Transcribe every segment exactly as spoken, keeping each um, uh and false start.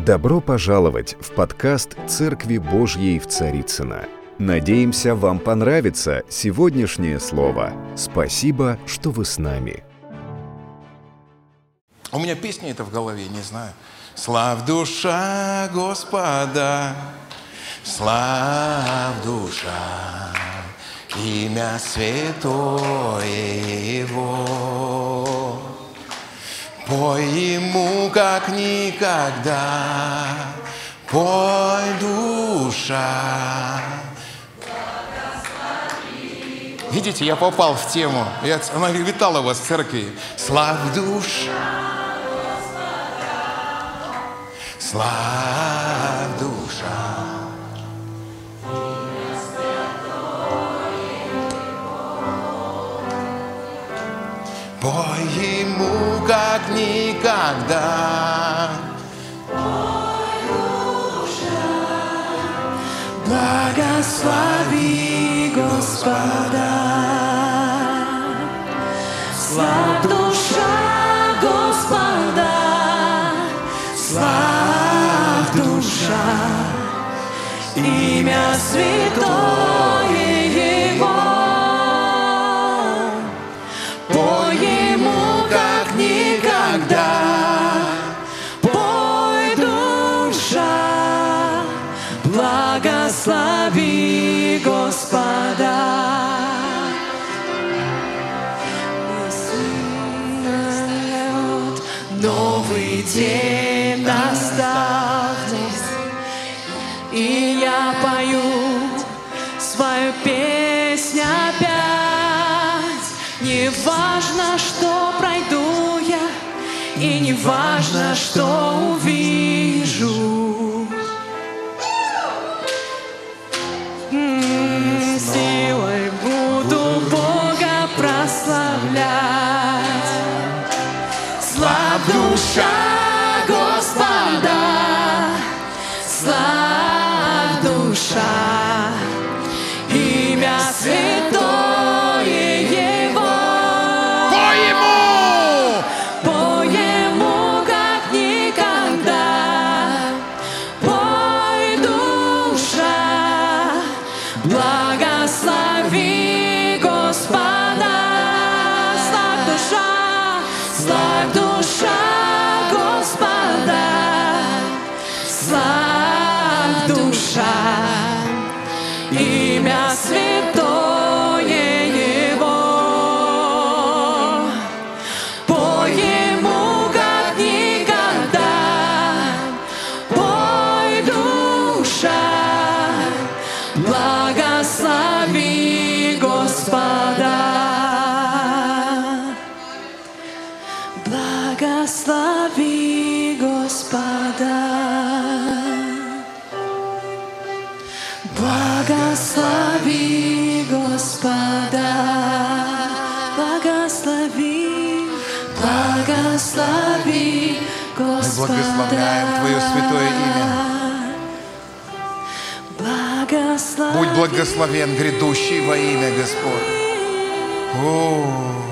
Добро пожаловать в подкаст Церкви Божьей в Царицыно. Надеемся, вам понравится сегодняшнее слово. Спасибо, что вы с нами. У меня песня это в голове, не знаю. Славь душа Господа, славь душа, имя святое Его. Пой Ему, как никогда, пой, душа. Видите, я попал в тему. Я, она витала у вас в церкви. Славь душа, славь душа. Пой Ему, как никогда. Пой, душа, благослови Господа. Славь душа Господа, славь душа, имя святое Его. Пой Ему, как никогда, пой, душа, благослови Господа. Новый день настал здесь, и я пою свою песню опять. Не важно, что пройду я, и не важно, что увижу. М-м, силой буду Бога прославлять. Славь душа Господа, славь душа, имя святое Его. Пой Ему! Пой Ему, как никогда, пой, душа, благослови Господа. Славь душа, славь душа Господа, славь душа, имя святое Его. Пой Ему, как никогда, пой, душа, благослови Господа. Благослови Господа. Благослови Господа. Благослови, благослови Господа. Мы благословляем Твое святое имя. Благослови. Будь благословен грядущий во имя Господь. О,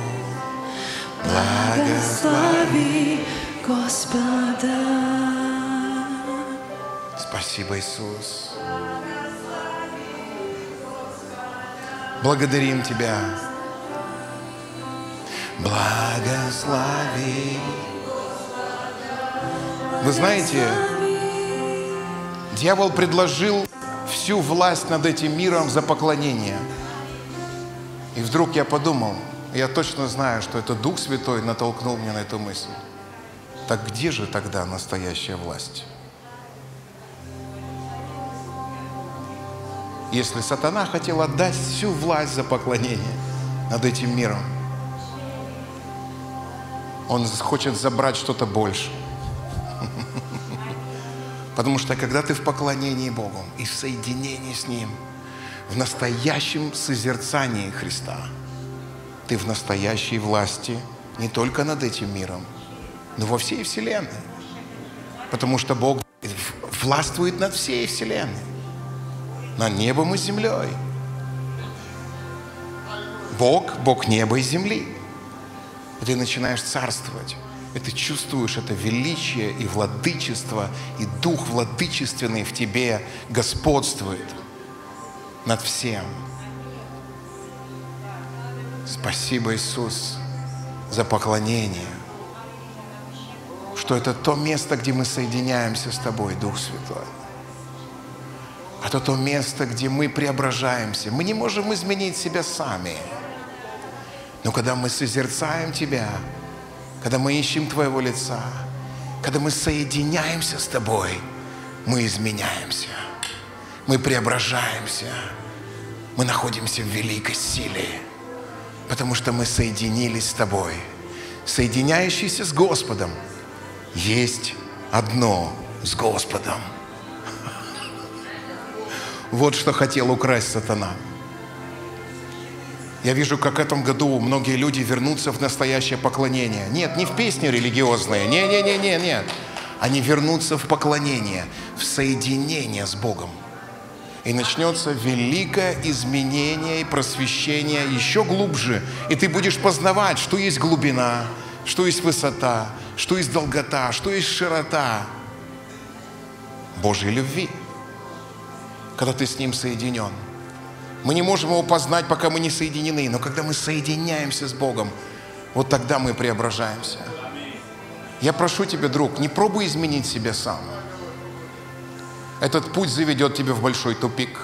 Благослови Господа. спасибо, Иисус. Благодарим Тебя. Благослови. Вы знаете, дьявол предложил всю власть над этим миром за поклонение. И вдруг я подумал, я точно знаю, что это Дух Святой натолкнул меня на эту мысль. Так где же тогда настоящая власть? Если сатана хотел отдать всю власть за поклонение над этим миром, он хочет забрать что-то больше. Потому что когда ты в поклонении Богу и в соединении с Ним, в настоящем созерцании Христа, ты в настоящей власти не только над этим миром, но во всей Вселенной. Потому что Бог властвует над всей Вселенной, над небом и землей. Бог, Бог неба и земли. И ты начинаешь царствовать. и ты чувствуешь это величие и владычество, и дух владычественный в тебе господствует над всем. Спасибо, Иисус, за поклонение, что это то место, где мы соединяемся с Тобой, Дух Святой. Это то место, где мы преображаемся. Мы не можем изменить себя сами. Но когда мы созерцаем Тебя, когда мы ищем Твоего лица, когда мы соединяемся с Тобой, мы изменяемся. Мы преображаемся. Мы находимся в великой силе, потому что мы соединились с Тобой. Соединяющийся с Господом есть одно с Господом. Вот что хотел украсть сатана. Я вижу, как в этом году многие люди вернутся в настоящее поклонение. Нет, не в песни религиозные. Не-не-не-не, нет. Они вернутся в поклонение, в соединение с Богом. И начнется великое изменение и просвещение еще глубже. И ты будешь познавать, что есть глубина, что есть высота, что есть долгота, что есть широта Божьей любви, когда ты с Ним соединен. Мы не можем Его познать, пока мы не соединены. Но когда мы соединяемся с Богом, вот тогда мы преображаемся. Я прошу тебя, друг, не пробуй изменить себя сам. Этот путь заведет тебя в большой тупик.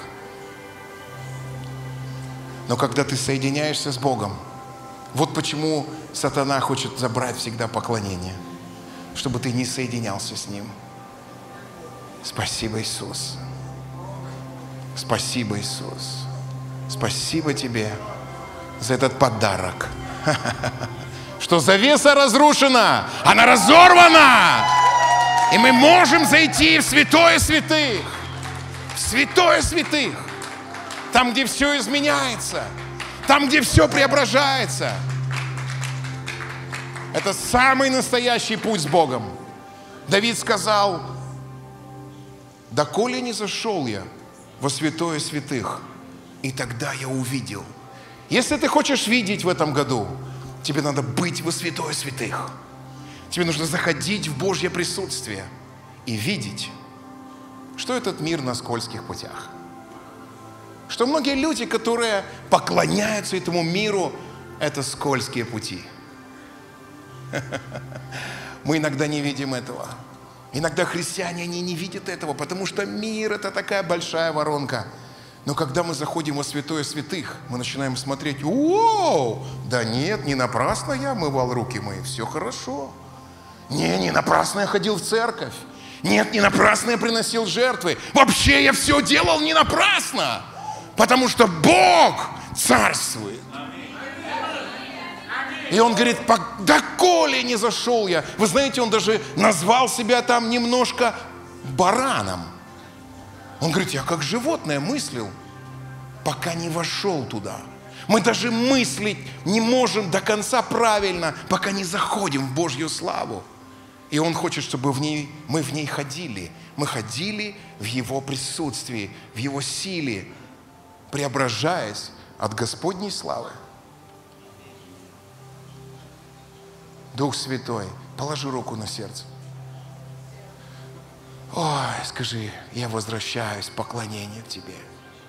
Но когда ты соединяешься с Богом, вот почему сатана хочет забрать всегда поклонение, чтобы ты не соединялся с Ним. Спасибо, Иисус. Спасибо, Иисус. Спасибо Тебе за этот подарок. Что завеса разрушена, она разорвана. И мы можем зайти в святое святых. В святое святых. Там, где все изменяется. Там, где все преображается. Это самый настоящий путь с Богом. Давид сказал: «Доколе не зашел я во святое святых, и тогда я увидел». Если ты хочешь видеть в этом году, тебе надо быть во святое святых. Тебе нужно заходить в Божье присутствие и видеть, что этот мир на скользких путях. Что многие люди, которые поклоняются этому миру, это скользкие пути. Мы иногда не видим этого. Иногда христиане, они не видят этого, потому что мир – это такая большая воронка. Но когда мы заходим во святое святых, мы начинаем смотреть: «Уоу! Да нет, не напрасно я мывал руки мои, все хорошо. Не, не напрасно я ходил в церковь. Нет, не напрасно я приносил жертвы. Вообще я все делал не напрасно, потому что Бог царствует». И он говорит: «Доколе не зашел я». Вы знаете, он даже назвал себя там немножко бараном. Он говорит: «Я как животное мыслил, пока не вошел туда». Мы даже мыслить не можем до конца правильно, пока не заходим в Божью славу. И Он хочет, чтобы в ней, мы в ней ходили. Мы ходили в Его присутствии, в Его силе, преображаясь от Господней славы. Дух Святой, положи руку на сердце. Ой, скажи: «Я возвращаюсь в поклонение к Тебе».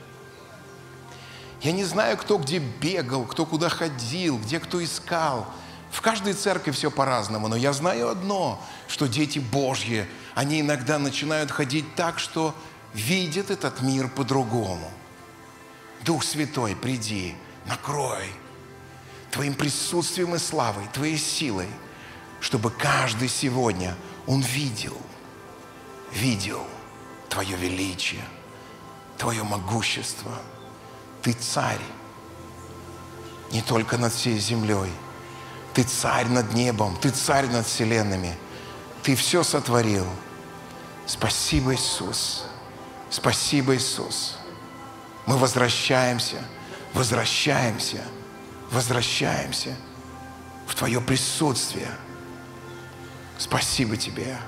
Я не знаю, кто где бегал, кто куда ходил, где кто искал. В каждой церкви все по-разному, но я знаю одно, что дети Божьи, они иногда начинают ходить так, что видят этот мир по-другому. Дух Святой, приди, накрой Твоим присутствием и славой, Твоей силой, чтобы каждый сегодня он видел, видел Твое величие, Твое могущество. Ты царь не только над всей землей, Ты царь над небом, Ты царь над вселенными. Ты все сотворил. Спасибо, Иисус. Спасибо, Иисус. Мы возвращаемся, возвращаемся, возвращаемся в Твое присутствие. Спасибо Тебе.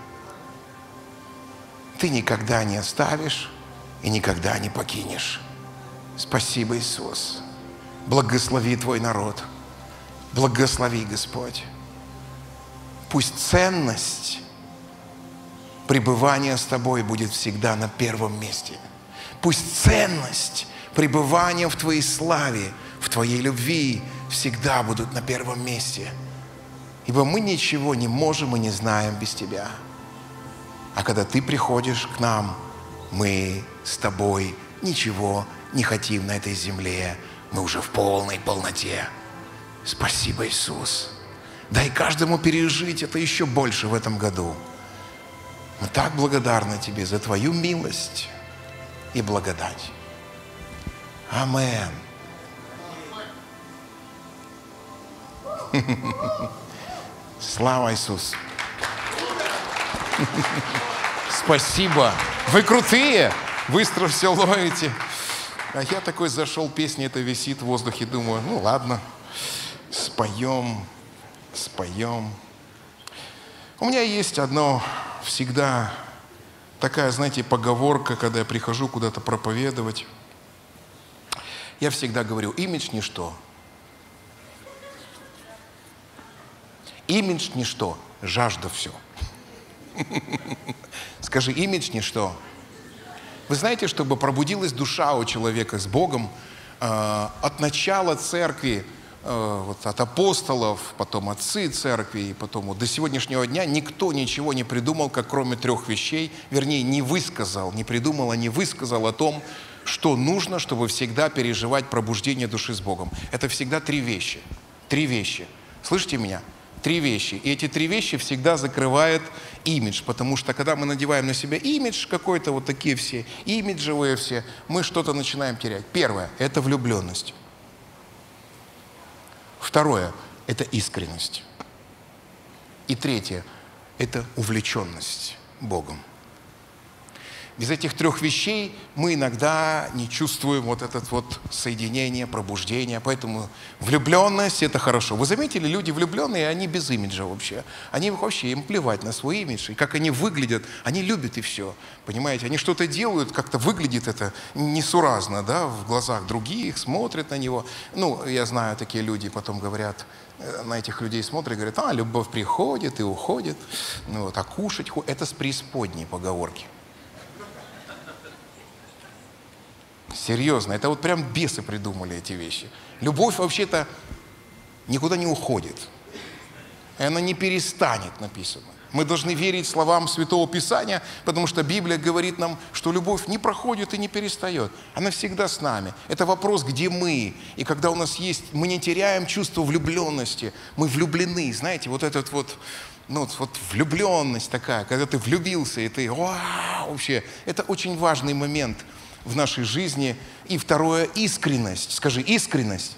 Ты никогда не оставишь и никогда не покинешь. Спасибо, Иисус. Благослови Твой народ. Благослови, Господь. Пусть ценность пребывания с Тобой будет всегда на первом месте. Пусть ценность пребывания в Твоей славе, в Твоей любви всегда будут на первом месте. Ибо мы ничего не можем и не знаем без Тебя. А когда Ты приходишь к нам, мы с Тобой ничего не хотим на этой земле. Мы уже в полной полноте. Спасибо, Иисус. Дай каждому пережить это еще больше в этом году. Мы так благодарны Тебе за Твою милость и благодать. Амен. Слава Иисусу. Спасибо. Вы крутые. Быстро все ловите. А я такой зашел, песня эта висит в воздухе. Думаю, ну ладно, споем, споем. У меня есть одно всегда такая, знаете, поговорка, когда я прихожу куда-то проповедовать. Я всегда говорю, имидж – ничто. Имидж – ничто, жажда – все. Скажи, имидж – ничто. Вы знаете, чтобы пробудилась душа у человека с Богом, э, от начала церкви, э, вот от апостолов, потом отцы церкви, и потом вот до сегодняшнего дня никто ничего не придумал, как кроме трех вещей, вернее, не высказал, не придумал, а не высказал о том, что нужно, чтобы всегда переживать пробуждение души с Богом. Это всегда три вещи. Три вещи. Слышите меня? Три вещи. И эти три вещи всегда закрывает имидж, потому что когда мы надеваем на себя имидж какой-то, вот такие все, имиджевые все, мы что-то начинаем терять. Первое – это влюбленность. Второе – это искренность. И третье – это увлеченность Богом. Без этих трех вещей мы иногда не чувствуем вот это вот соединение, пробуждение. Поэтому влюбленность – это хорошо. Вы заметили, люди влюбленные, они без имиджа вообще. Они вообще, им плевать на свой имидж. И как они выглядят, они любят и все. Понимаете, они что-то делают, как-то выглядит это несуразно, да, в глазах других, смотрят на него. Ну, я знаю, такие люди потом говорят, на этих людей смотрят и говорят, а, любовь приходит и уходит. Ну, вот, а кушать – это с преисподней поговорки. Серьезно, это вот прям бесы придумали эти вещи. Любовь вообще-то никуда не уходит. И она не перестанет, написано. Мы должны верить словам Святого Писания, потому что Библия говорит нам, что любовь не проходит и не перестает. Она всегда с нами. Это вопрос, где мы. И когда у нас есть, мы не теряем чувство влюбленности. Мы влюблены, знаете, вот этот вот, ну, вот влюбленность такая, когда ты влюбился, и ты, вау, вообще, это очень важный момент в нашей жизни. И второе – искренность. Скажи, искренность.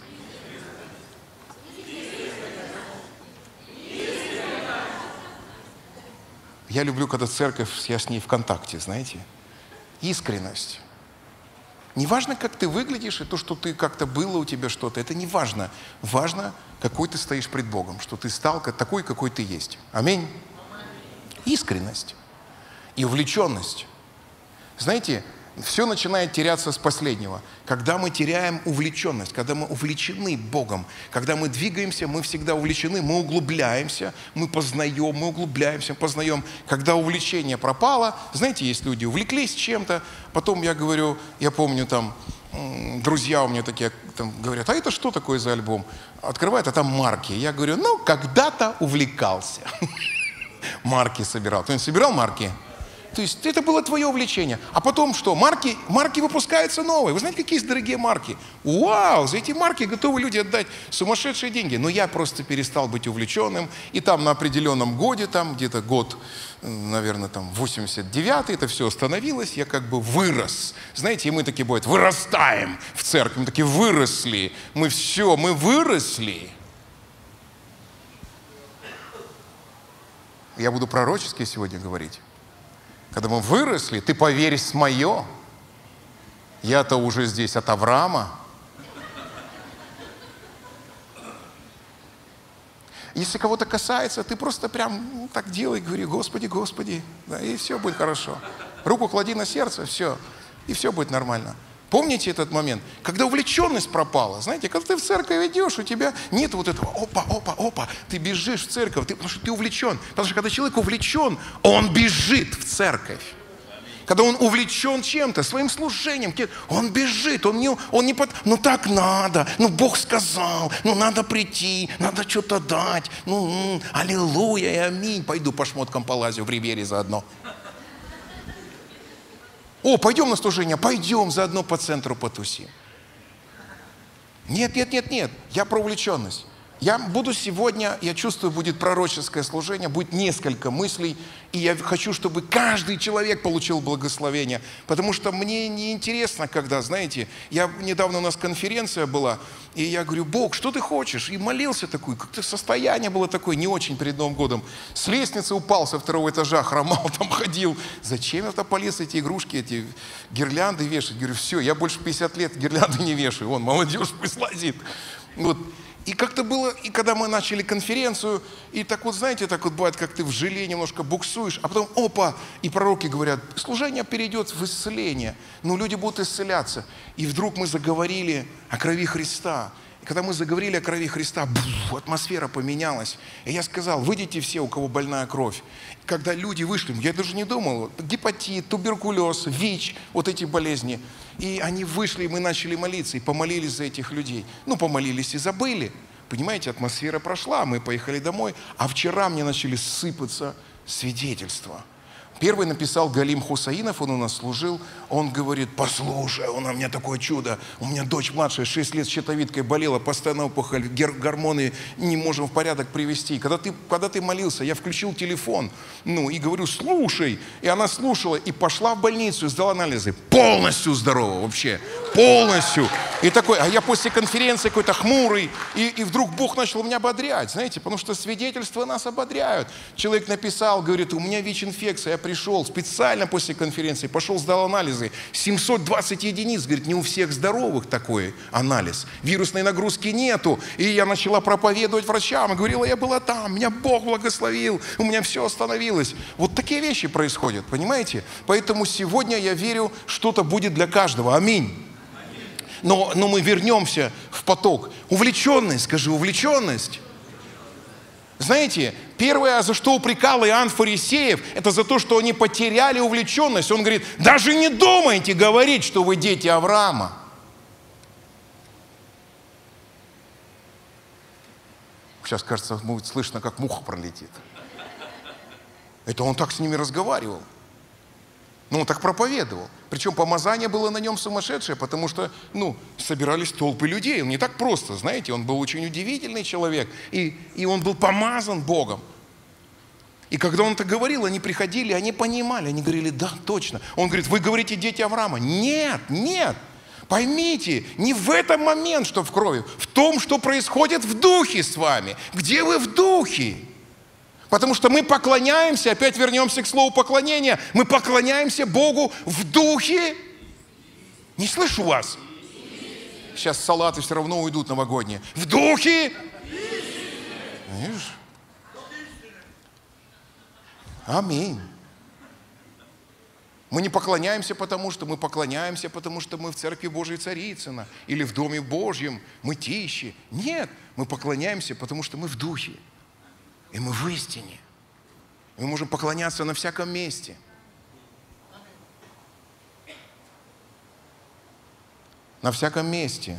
Я люблю, когда церковь, я с ней в контакте, знаете. Искренность. Не важно, как ты выглядишь, и то, что ты как-то было у тебя что-то, это не важно. Важно, какой ты стоишь пред Богом, что ты стал такой, какой ты есть. Аминь. Искренность и увлеченность. Знаете, все начинает теряться с последнего. Когда мы теряем увлеченность, когда мы увлечены Богом, когда мы двигаемся, мы всегда увлечены, мы углубляемся, мы познаем, мы углубляемся, познаем. Когда увлечение пропало, знаете, есть люди, увлеклись чем-то, потом я говорю, я помню там, друзья у меня такие там, говорят, а это что такое за альбом? Открывают, а там марки. Я говорю, ну, когда-то увлекался. Марки собирал. Кто-нибудь собирал марки? То есть это было твое увлечение. А потом что? Марки, марки выпускаются новые. Вы знаете, какие есть дорогие марки? Вау! За эти марки готовы люди отдать сумасшедшие деньги. Но я просто перестал быть увлеченным. И там на определенном годе, там где-то год, наверное, там восемьдесят девятый, это все остановилось. Я как бы вырос. Знаете, и мы такие бывают, вырастаем в церкви. Мы такие выросли. Мы все, мы выросли. Я буду пророчески сегодня говорить. Когда мы выросли, ты поверь с мое. Я-то уже здесь от Авраама. Если кого-то касается, ты просто прям ну, так делай, говори, Господи, Господи, да, и все будет хорошо. Руку клади на сердце, все, и все будет нормально. Помните этот момент? Когда увлеченность пропала. Знаете, когда ты в церковь идешь, у тебя нет вот этого опа, опа, опа. Ты бежишь в церковь, ты, потому что ты увлечен. Потому что когда человек увлечен, он бежит в церковь. Когда он увлечен чем-то, своим служением, он бежит, он не, он не под... Ну так надо, ну Бог сказал, ну надо прийти, надо что-то дать. Ну, м-м, аллилуйя и аминь. Пойду по шмоткам полазю в Ривере заодно. О, пойдем на служение, пойдем заодно по центру потусим. Нет, нет, нет, нет, я про увлеченность. Я буду сегодня, я чувствую, будет пророческое служение, будет несколько мыслей, и я хочу, чтобы каждый человек получил благословение, потому что мне не интересно, когда, знаете, я недавно у нас конференция была, и я говорю: Бог, что ты хочешь? И молился такой, как-то состояние было такое, не очень перед Новым годом. С лестницы упал со второго этажа, хромал, там ходил. Зачем я-то полез эти игрушки, эти гирлянды вешать? Говорю, все, я больше пятьдесят лет гирлянды не вешаю, вон, молодежь пусть лазит. Вот. И как-то было, и когда мы начали конференцию, и так вот, знаете, так вот бывает, как ты в желе немножко буксуешь, а потом, опа, и пророки говорят, служение перейдет в исцеление, но люди будут исцеляться. И вдруг мы заговорили о крови Христа. И когда мы заговорили о крови Христа, бух, атмосфера поменялась. И я сказал, выйдите все, у кого больная кровь. И когда люди вышли, я даже не думал, гепатит, туберкулез, ВИЧ, вот эти болезни. И они вышли, и мы начали молиться, и помолились за этих людей. Ну, помолились и забыли. Понимаете, атмосфера прошла, мы поехали домой, а вчера мне начали сыпаться свидетельства. Первый написал Галим Хусаинов, он у нас служил, он говорит, послушай, у меня такое чудо, у меня дочь младшая, шесть лет с щитовидкой болела, постоянно опухоль, гормоны не можем в порядок привести. Когда ты, когда ты молился, я включил телефон, ну, и говорю, слушай, и она слушала, и пошла в больницу, и сдала анализы, полностью здорова вообще, полностью. И такой, а я после конференции какой-то хмурый, и, и вдруг Бог начал меня ободрять, знаете, потому что свидетельства нас ободряют. Человек написал, говорит, у меня ВИЧ-инфекция, я пришел специально после конференции, пошел, сдал анализы, семьсот двадцать единиц, говорит, не у всех здоровых такой анализ, вирусной нагрузки нету, и я начала проповедовать врачам, и говорила, я была там, меня Бог благословил, у меня все остановилось. Вот такие вещи происходят, понимаете? Поэтому сегодня я верю, что-то будет для каждого, аминь. Но, но мы вернемся в поток. Увлеченность, скажи, увлеченность. Знаете, первое, за что упрекал Иоанн Фарисеев, это за то, что они потеряли увлеченность. Он говорит, даже не думайте говорить, что вы дети Авраама. Сейчас, кажется, будет слышно, как муха пролетит. Это он так с ними разговаривал. Ну, он так проповедовал. Причем помазание было на нем сумасшедшее, потому что, ну, собирались толпы людей. Он не так просто, знаете, он был очень удивительный человек. И, и он был помазан Богом. И когда он это говорил, они приходили, они понимали, они говорили, да, точно. Он говорит, вы говорите, дети Авраама. Нет, нет. Поймите, не в этом момент, что в крови, в том, что происходит в духе с вами. Где вы в духе? Потому что мы поклоняемся, опять вернемся к слову поклонения, мы поклоняемся Богу в духе. Не слышу вас. Сейчас салаты все равно уйдут новогодние. В духе. Видишь? Аминь. Мы не поклоняемся потому, что мы поклоняемся, потому что мы в Церкви Божией Царицына или в Доме Божьем, мы тищи. Нет, мы поклоняемся, потому что мы в духе. И мы в истине. Мы можем поклоняться на всяком месте. На всяком месте.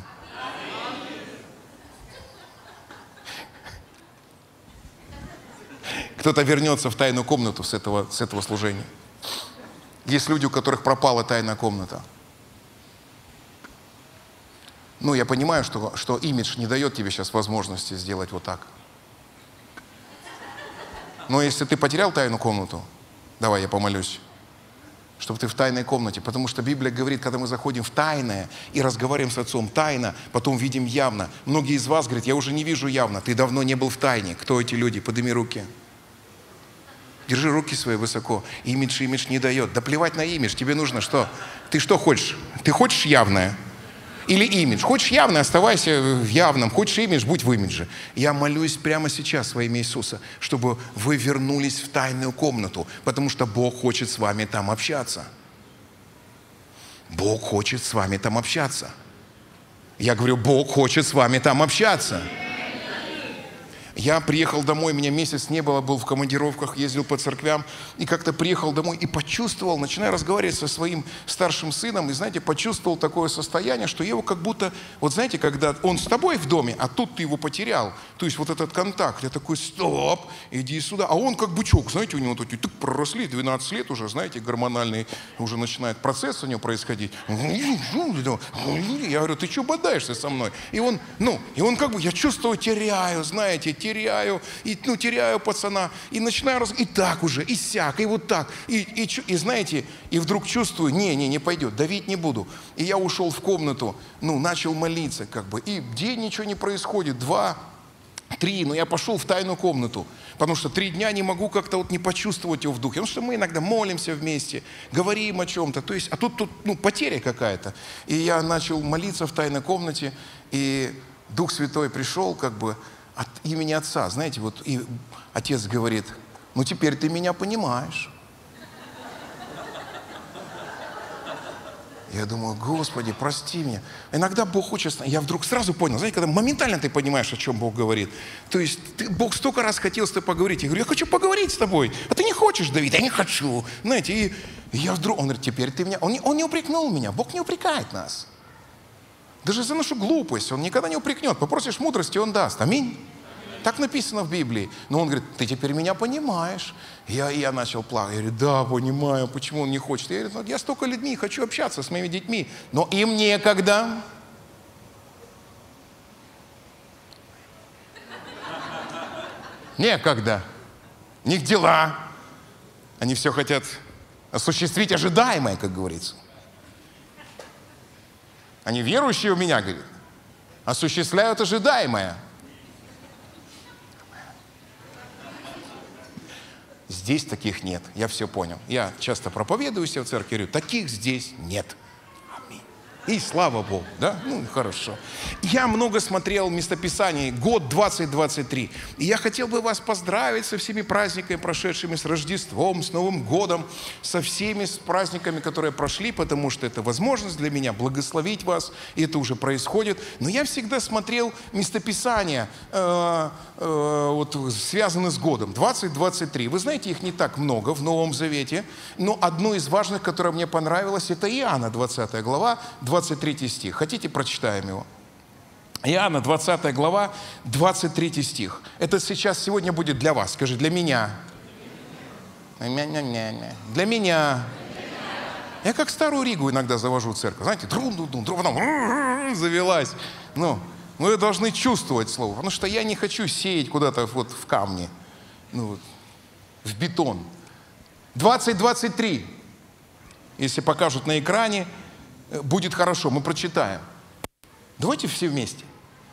Кто-то вернется в тайную комнату с этого, с этого служения. Есть люди, у которых пропала тайная комната. Ну, я понимаю, что, что имидж не дает тебе сейчас возможности сделать вот так. Но если ты потерял тайную комнату, давай я помолюсь, чтобы ты в тайной комнате, потому что Библия говорит, когда мы заходим в тайное и разговариваем с Отцом тайно, потом видим явно. Многие из вас говорят, я уже не вижу явно, ты давно не был в тайне. Кто эти люди? Подними руки. Держи руки свои высоко. Имидж имидж не дает. Да плевать на имидж, тебе нужно что? Ты что хочешь? Ты хочешь явное? Или имидж. Хочешь явно, оставайся в явном. Хочешь имидж, будь в имидже. Я молюсь прямо сейчас во имя Иисуса, чтобы вы вернулись в тайную комнату, потому что Бог хочет с вами там общаться. Бог хочет с вами там общаться. Я говорю, Бог хочет с вами там общаться. Я приехал домой, меня месяц не было, был в командировках, ездил по церквям, и как-то приехал домой и почувствовал, начиная разговаривать со своим старшим сыном, и, знаете, почувствовал такое состояние, что я его как будто, вот знаете, когда он с тобой в доме, а тут ты его потерял, то есть вот этот контакт, я такой, стоп, иди сюда, а он как бычок, знаете, у него тут так проросли, двенадцать лет уже, знаете, гормональный, уже начинает процесс у него происходить. Я говорю, ты что бодаешься со мной? И он, ну, и он как бы, я чувствую, теряю, знаете, теряю, и, ну, теряю пацана, и начинаю, раз, и так уже, и сяк, и вот так, и, и, и знаете, и вдруг чувствую, не, не, не пойдет, давить не буду. И я ушел в комнату, ну, начал молиться, как бы, и день ничего не происходит, два, три, но я пошел в тайную комнату, потому что три дня не могу как-то вот не почувствовать его в духе, потому что мы иногда молимся вместе, говорим о чем-то, то есть, а тут, тут, ну, потеря какая-то. И я начал молиться в тайной комнате, и Дух Святой пришел, как бы, от имени Отца, знаете, вот и Отец говорит, ну теперь ты меня понимаешь. Я думаю, Господи, прости меня. Иногда Бог хочет, я вдруг сразу понял, знаете, когда моментально ты понимаешь, о чем Бог говорит. То есть ты, Бог столько раз хотел с тобой поговорить. Я говорю, я хочу поговорить с тобой, а ты не хочешь, Давид, я не хочу. Знаете, и я вдруг, он говорит, теперь ты меня, он не, он не упрекнул меня, Бог не упрекает нас. Даже за нашу глупость Он никогда не упрекнет. Попросишь мудрости, Он даст. Аминь. Так написано в Библии. Но Он говорит, ты теперь меня понимаешь. Я, я начал плакать. Я говорю, да, понимаю, почему Он не хочет. Я говорю, ну, я столько людьми, хочу общаться с моими детьми, но им некогда. Некогда. У них дела. Они все хотят осуществить ожидаемое, как говорится. Они верующие у меня, говорят, осуществляют ожидаемое. Здесь таких нет, я все понял. Я часто проповедую себя в церкви, говорю, таких здесь нет. Аминь. И слава Богу, да? Ну, хорошо. Я много смотрел местописаний, год двадцать двадцать три. И я хотел бы вас поздравить со всеми праздниками, прошедшими, с Рождеством, с Новым годом, со всеми с праздниками, которые прошли, потому что это возможность для меня благословить вас, и это уже происходит. Но я всегда смотрел местописания, э, э, вот, связанные с годом, двадцать двадцать три. Вы знаете, их не так много в Новом Завете, но одно из важных, которое мне понравилось, это Иоанна, двадцатая глава, двадцать третий стих. Хотите, прочитаем его? Иоанна, двадцатая глава, двадцать третий стих. Это сейчас, сегодня будет для вас. Скажи, для меня. Для меня. Я как Старую Ригу иногда завожу в церковь. Знаете, друм-дум-дум, потом завелась. Ну, вы должны чувствовать слово. Потому что я не хочу сеять куда-то вот в камни. Ну, вот, в бетон. двадцать двадцать три. Если покажут на экране, будет хорошо, мы прочитаем. Давайте все вместе.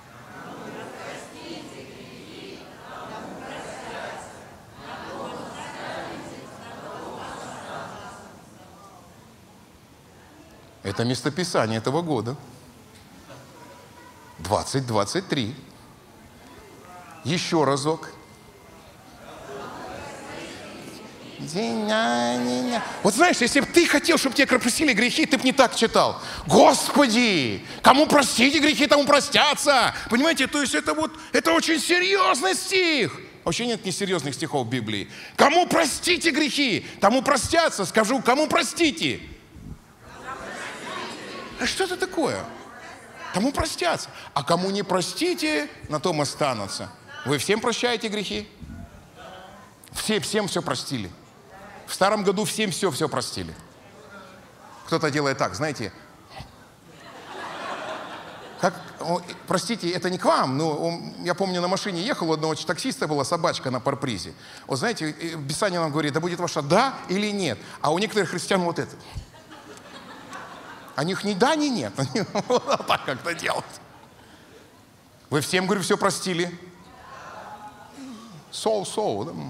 Это местописание этого года. двадцать двадцать три. Еще разок. Вот знаешь, если бы ты хотел, чтобы тебе простили грехи, ты бы не так читал. Господи, кому простите грехи, тому простятся. Понимаете, то есть это вот, это очень серьезный стих. Вообще нет несерьезных стихов в Библии. Кому простите грехи, тому простятся. Скажу, кому простите? А что это такое? Тому простятся. А кому не простите, на том останутся. Вы всем прощаете грехи? Все, всем все простили. В старом году всем все-все простили. Кто-то делает так, знаете. Как, простите, это не к вам, но я помню, на машине ехал, у одного таксиста была собачка на парпризе. Вот знаете, Писание нам говорит, да будет ваша да или нет. А у некоторых христиан вот это. У них ни да, ни нет. Они вот так как-то делают. Вы всем, говорю, все простили? Соу-соу, да?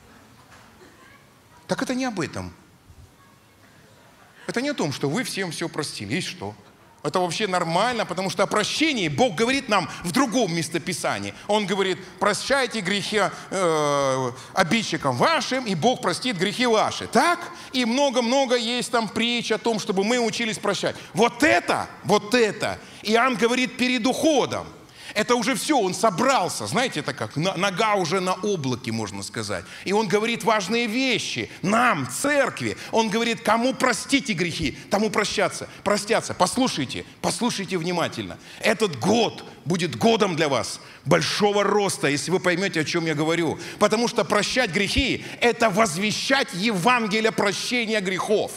Так это не об этом. Это не о том, что вы всем все простили. И что? Это вообще нормально, потому что о прощении Бог говорит нам в другом местописании. Он говорит, прощайте грехи э, обидчикам вашим, и Бог простит грехи ваши. Так? И много-много есть там притч о том, чтобы мы учились прощать. Вот это, вот это Иоанн говорит перед уходом. Это уже все, он собрался, знаете, это как нога уже на облаке, можно сказать. И он говорит важные вещи нам, церкви. Он говорит, кому простите грехи, тому прощаться, простятся. Послушайте, послушайте внимательно. Этот год будет годом для вас большого роста, если вы поймете, о чем я говорю. Потому что прощать грехи – это возвещать Евангелие прощения грехов.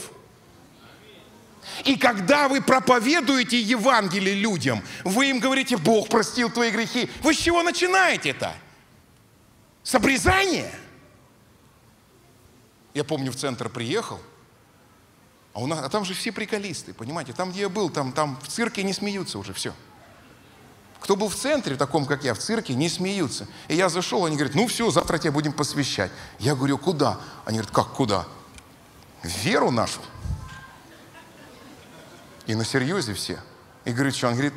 И когда вы проповедуете Евангелие людям, вы им говорите, Бог простил твои грехи. Вы с чего начинаете-то? С обрезания? Я помню, в центр приехал, а, у нас, а там же все приколисты, понимаете? Там, где я был, там, там в цирке не смеются уже, все. Кто был в центре, таком, как я, в цирке, не смеются. И я зашел, они говорят, ну все, завтра тебя будем посвящать. Я говорю, куда? Они говорят, как куда? В веру нашу. И на серьезе все. И говорит, что? Он говорит,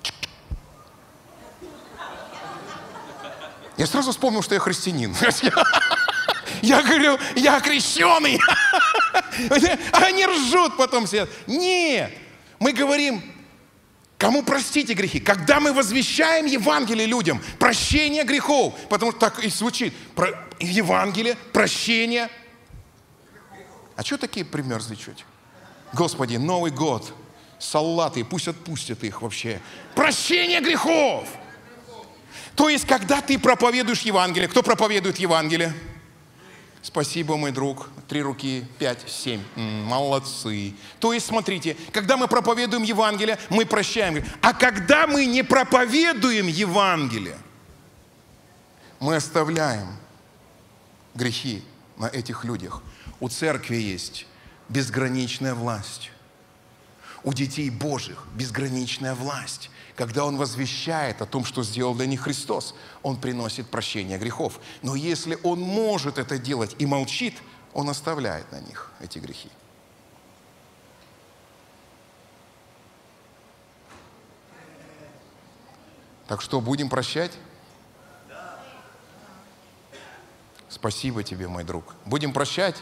я сразу вспомнил, что я христианин. Я говорю, я крещеный. Они ржут потом все. Нет, мы говорим, кому простите грехи? Когда мы возвещаем Евангелие людям, прощение грехов, потому что так и звучит. Евангелие, прощение. А что такие примерзли чуть? Господи, Новый год. Салаты, пусть отпустят их вообще. Прощение грехов. То есть, когда ты проповедуешь Евангелие, кто проповедует Евангелие? Спасибо, мой друг. Три руки, пять, семь. М-м, молодцы. То есть, смотрите, когда мы проповедуем Евангелие, мы прощаем. А когда мы не проповедуем Евангелие, мы оставляем грехи на этих людях. У церкви есть безграничная власть. У детей Божьих безграничная власть. Когда Он возвещает о том, что сделал для них Христос, Он приносит прощение грехов. Но если Он может это делать и молчит, Он оставляет на них эти грехи. Так что, будем прощать? Спасибо тебе, мой друг. Будем прощать?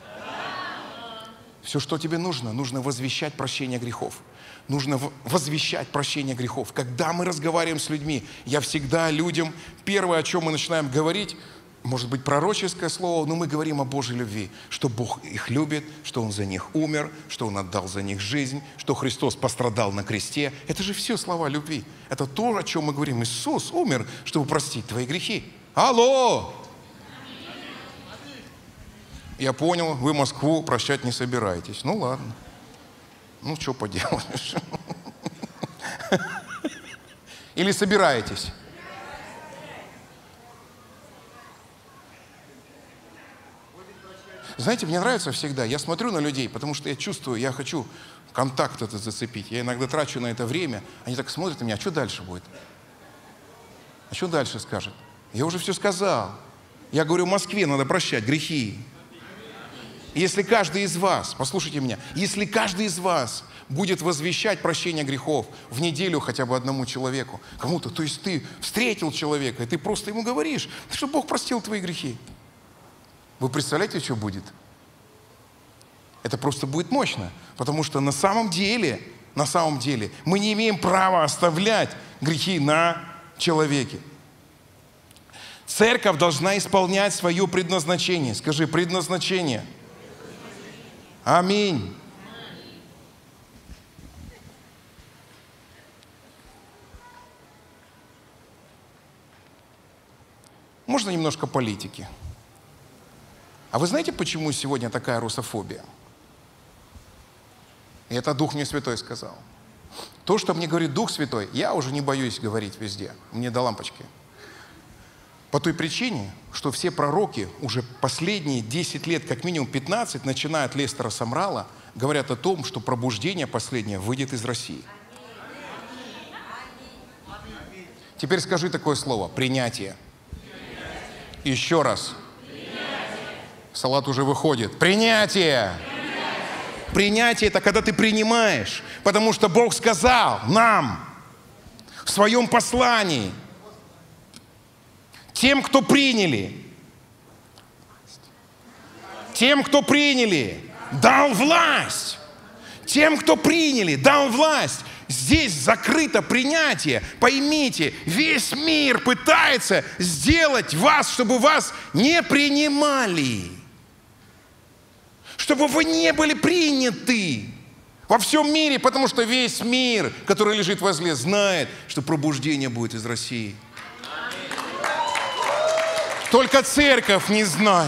Все, что тебе нужно, нужно возвещать прощение грехов. Нужно возвещать прощение грехов. Когда мы разговариваем с людьми, я всегда людям, первое, о чем мы начинаем говорить, может быть, пророческое слово, но мы говорим о Божьей любви, что Бог их любит, что Он за них умер, что Он отдал за них жизнь, что Христос пострадал на кресте. Это же все слова любви. Это то, о чем мы говорим. Иисус умер, чтобы простить твои грехи. Алло! Я понял, вы Москву прощать не собираетесь. Ну ладно. Ну, что поделаешь. Или собираетесь? Знаете, мне нравится всегда, я смотрю на людей, потому что я чувствую, я хочу контакт этот зацепить. Я иногда трачу на это время, они так смотрят на меня, а что дальше будет? А что дальше скажет? Я уже все сказал. Я говорю, в Москве надо прощать грехи. Если каждый из вас, послушайте меня, если каждый из вас будет возвещать прощение грехов в неделю хотя бы одному человеку, кому-то, то есть ты встретил человека, и ты просто ему говоришь, что Бог простил твои грехи. Вы представляете, что будет? Это просто будет мощно, потому что на самом деле, на самом деле мы не имеем права оставлять грехи на человеке. Церковь должна исполнять свое предназначение. Скажи, предназначение. Аминь. Можно немножко политики? А вы знаете, почему сегодня такая русофобия? И это Дух мне Святой сказал. То, что мне говорит Дух Святой, я уже не боюсь говорить везде. Мне до лампочки. По той причине, что все пророки уже последние десять лет, как минимум пятнадцать, начиная от Лестера Самрала, говорят о том, что пробуждение последнее выйдет из России. Теперь скажи такое слово. Принятие. Еще раз. Салат уже выходит. Принятие. Принятие – это когда ты принимаешь. Потому что Бог сказал нам в своем послании, тем, кто приняли, тем, кто приняли, дал власть. Тем, кто приняли, дал власть. Здесь закрыто принятие. Поймите, весь мир пытается сделать вас, чтобы вас не принимали. Чтобы вы не были приняты во всем мире, потому что весь мир, который лежит возле, знает, что пробуждение будет из России. Только церковь не знает.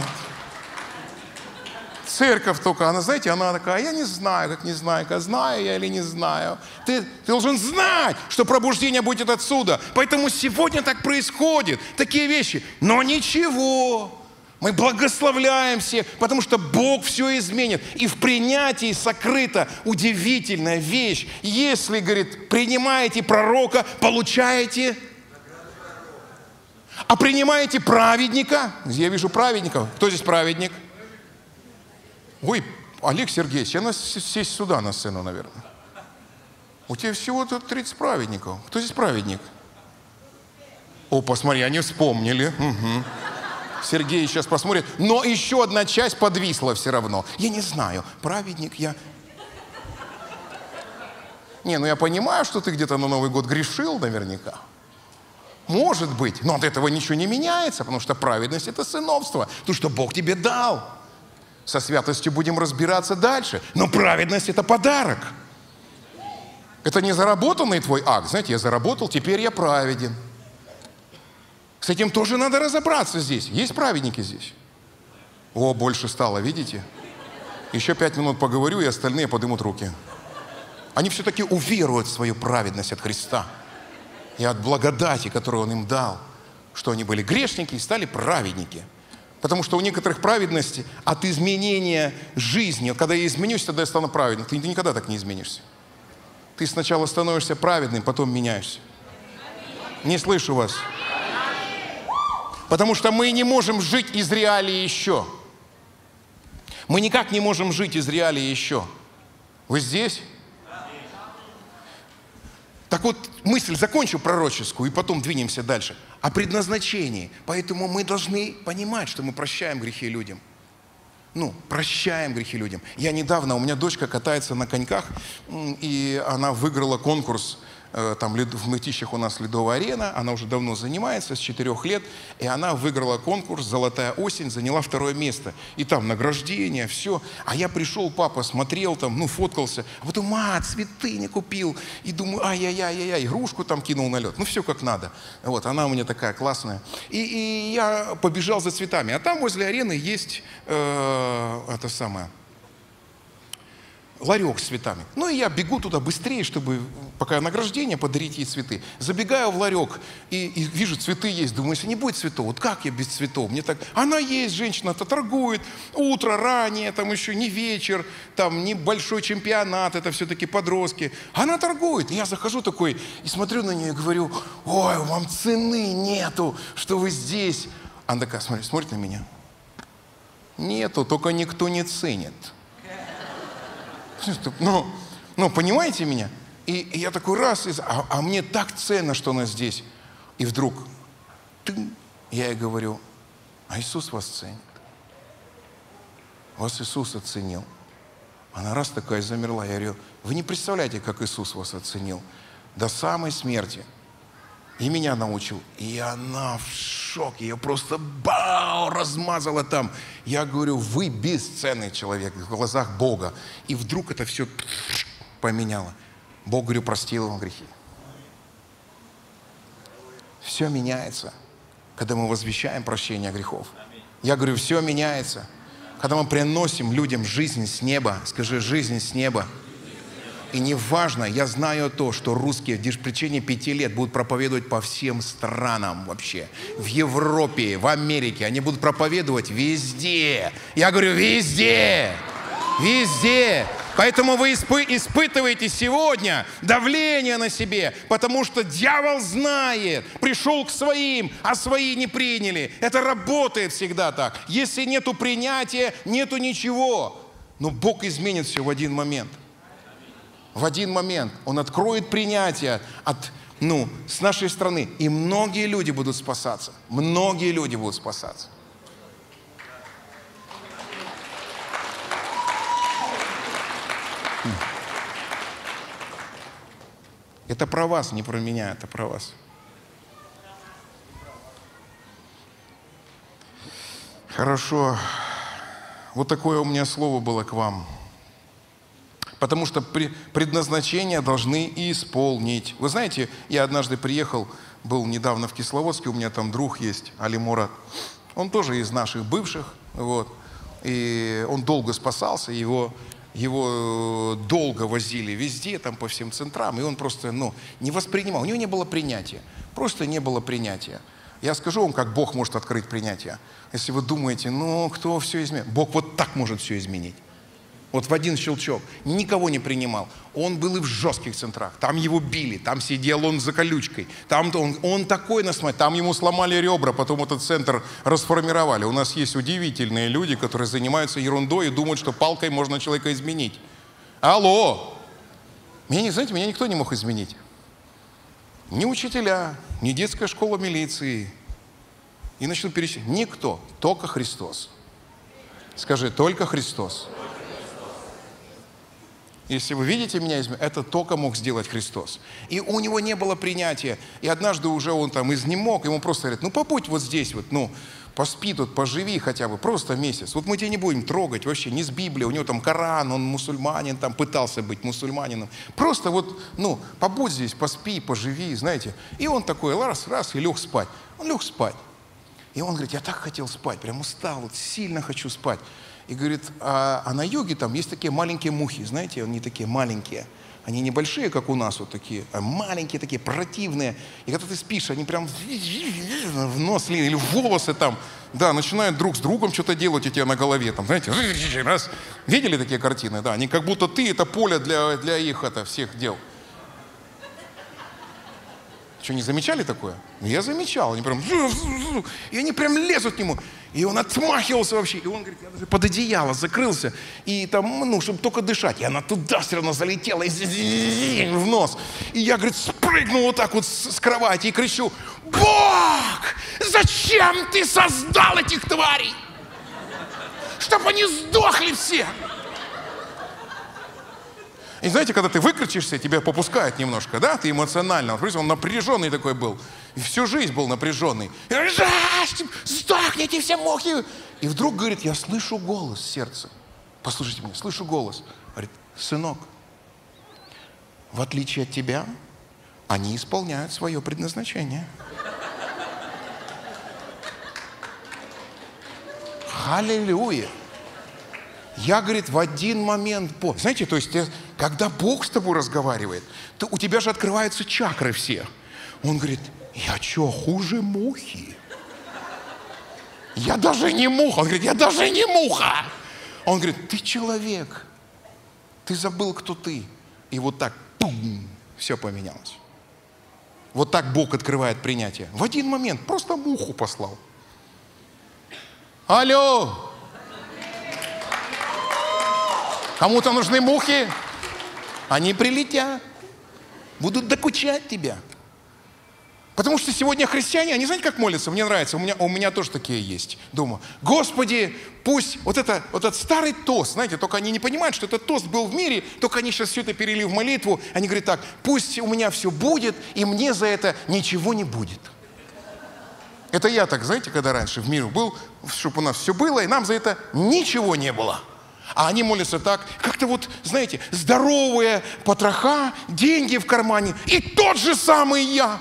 Церковь только, она, знаете, она такая, я не знаю, как не знаю, как знаю я или не знаю. Ты, ты должен знать, что пробуждение будет отсюда. Поэтому сегодня так происходит, такие вещи. Но ничего, мы благословляем всех, потому что Бог все изменит. И в принятии сокрыта удивительная вещь. Если, говорит, принимаете пророка, получаете... А принимаете праведника? Я вижу праведников. Кто здесь праведник? Ой, Олег Сергеевич, я нас сесть сюда на сцену, наверное. У тебя всего тут тридцать праведников. Кто здесь праведник? О, посмотри, они вспомнили. Угу. Сергей сейчас посмотрит. Но еще одна часть подвисла все равно. Я не знаю, праведник я... Не, ну я понимаю, что ты где-то на Новый год грешил наверняка. Может быть, но от этого ничего не меняется, потому что праведность – это сыновство, то, что Бог тебе дал. Со святостью будем разбираться дальше. Но праведность – это подарок. Это не заработанный твой акт. Знаете, я заработал, теперь я праведен. С этим тоже надо разобраться здесь. Есть праведники здесь? О, больше стало, видите? Еще пять минут поговорю, и остальные поднимут руки. Они все-таки уверуют в свою праведность от Христа. И от благодати, которую Он им дал, что они были грешники и стали праведники. Потому что у некоторых праведности от изменения жизни, когда я изменюсь, тогда я стану праведным. Ты никогда так не изменишься. Ты сначала становишься праведным, потом меняешься. Не слышу вас. Потому что мы не можем жить из реалии еще. Мы никак не можем жить из реалии еще. Вы здесь? Так вот, мысль закончу пророческую, и потом двинемся дальше. О предназначении. Поэтому мы должны понимать, что мы прощаем грехи людям. Ну, прощаем грехи людям. Я недавно, у меня дочка катается на коньках, и она выиграла конкурс. Там в Мытищах у нас ледовая арена, она уже давно занимается, с четырех лет, и она выиграла конкурс «Золотая осень», заняла второе место. И там награждение, все. А я пришел, папа смотрел там, ну, фоткался, а потом, а, цветы не купил. И думаю, ай-яй-яй-яй, игрушку там кинул на лед. Ну, все как надо. Вот, она у меня такая классная. И, и я побежал за цветами. А там возле арены есть э, это самое... ларек с цветами. Ну, и я бегу туда быстрее, чтобы, пока награждение, подарить ей цветы. Забегаю в ларек и, и вижу, цветы есть. Думаю, если не будет цветов, вот как я без цветов? Мне так... Она есть, женщина-то торгует. Утро ранее, там еще не вечер, там не большой чемпионат, это все-таки подростки. Она торгует. И я захожу такой и смотрю на нее и говорю, ой, вам цены нету, что вы здесь. Она такая смотрит, смотрит на меня. Нету, только никто не ценит. Ну, ну, понимаете меня? И, и я такой раз, и, а, а мне так ценно, что она здесь. И вдруг, тын, я ей говорю, а Иисус вас ценит. Вас Иисус оценил. Она раз такая замерла. Я говорю, вы не представляете, как Иисус вас оценил. До самой смерти. И меня научил. И она в шоке. Ее просто бау, размазала там. Я говорю, вы бесценный человек в глазах Бога. И вдруг это все поменяло. Бог, говорю, простил вам грехи. Все меняется, когда мы возвещаем прощение грехов. Я говорю, все меняется, когда мы приносим людям жизнь с неба. Скажи, жизнь с неба. И неважно, я знаю то, что русские в течение пяти лет будут проповедовать по всем странам вообще. В Европе, в Америке. Они будут проповедовать везде. Я говорю, везде. Везде. Поэтому вы испы- испытываете сегодня давление на себе, потому что дьявол знает, пришел к своим, а свои не приняли. Это работает всегда так. Если нету принятия, нету ничего. Но Бог изменит все в один момент. В один момент Он откроет принятие от, ну, с нашей стороны. И многие люди будут спасаться. Многие люди будут спасаться. Это про вас, не про меня, это про вас. Хорошо. Вот такое у меня слово было к вам. Потому что предназначение должны исполнить. Вы знаете, я однажды приехал, был недавно в Кисловодске, у меня там друг есть, Али Мурат. Он тоже из наших бывших. Вот. И он долго спасался, его... Его долго возили везде, там по всем центрам, и он просто, ну, не воспринимал. У него не было принятия. Просто не было принятия. Я скажу вам, как Бог может открыть принятие. Если вы думаете, ну, кто все изменит? Бог вот так может все изменить. Вот в один щелчок. Никого не принимал. Он был и в жестких центрах. Там его били, там сидел он за колючкой. Там он, он такой насмотрел. Там ему сломали ребра, потом этот центр расформировали. У нас есть удивительные люди, которые занимаются ерундой и думают, что палкой можно человека изменить. Алло! Меня, не, знаете, меня никто не мог изменить. Ни учителя, ни детская школа милиции. И начнут перечислять. Никто. Только Христос. Скажи, только Христос. Если вы видите меня, это только мог сделать Христос. И у него не было принятия. И однажды уже он там изнемог, ему просто говорят, ну побудь вот здесь вот, ну поспи тут, поживи хотя бы, просто месяц. Вот мы тебя не будем трогать вообще, не с Библии, у него там Коран, он мусульманин, там пытался быть мусульманином. Просто вот, ну, побудь здесь, поспи, поживи, знаете. И он такой раз, раз, и лег спать. Он лег спать. И он говорит, я так хотел спать, прям устал, вот сильно хочу спать. И говорит, а, а на юге там есть такие маленькие мухи, знаете, они такие маленькие. Они небольшие, как у нас вот такие, а маленькие такие, противные. И когда ты спишь, они прям в нос или в волосы там, да, начинают друг с другом что-то делать у тебя на голове. Там, знаете, раз. Видели такие картины? Да, они как будто ты, это поле для, для их это, всех дел. Что, не замечали такое? Я замечал. Они прям... И они прям лезут к нему. И он отмахивался вообще. И он говорит, я даже под одеяло закрылся. И там, ну, чтобы только дышать. И она туда все равно залетела и в нос. И я, говорит, спрыгнул вот так вот с кровати и кричу, Бог, зачем ты создал этих тварей? Чтобы они сдохли все. И знаете, когда ты выкричишься, тебя попускает немножко, да? Ты эмоционально. Он напряженный такой был. И всю жизнь был напряженный. Сдохните все мухи! И вдруг, говорит, я слышу голос в сердце. Послушайте меня, слышу голос. Говорит, сынок, в отличие от тебя, они исполняют свое предназначение. Аллилуйя! Я, говорит, в один момент... Знаете, то есть, когда Бог с тобой разговаривает, то у тебя же открываются чакры все. Он говорит, я что, хуже мухи? Я даже не муха. Он говорит, я даже не муха. Он говорит, ты человек. Ты забыл, кто ты. И вот так, пум, все поменялось. Вот так Бог открывает принятие. В один момент просто муху послал. Алло! Кому-то нужны мухи, они прилетят, будут докучать тебя. Потому что сегодня христиане, они знаете, как молятся? Мне нравится, у меня, у меня тоже такие есть дома. Господи, пусть вот, это, вот этот старый тост, знаете, только они не понимают, что этот тост был в мире, только они сейчас все это перели в молитву. Они говорят так, пусть у меня все будет, и мне за это ничего не будет. Это я так, знаете, когда раньше в мире был, чтобы у нас все было, и нам за это ничего не было. А они молятся так, как-то вот, знаете, здоровые потроха, деньги в кармане, и тот же самый я.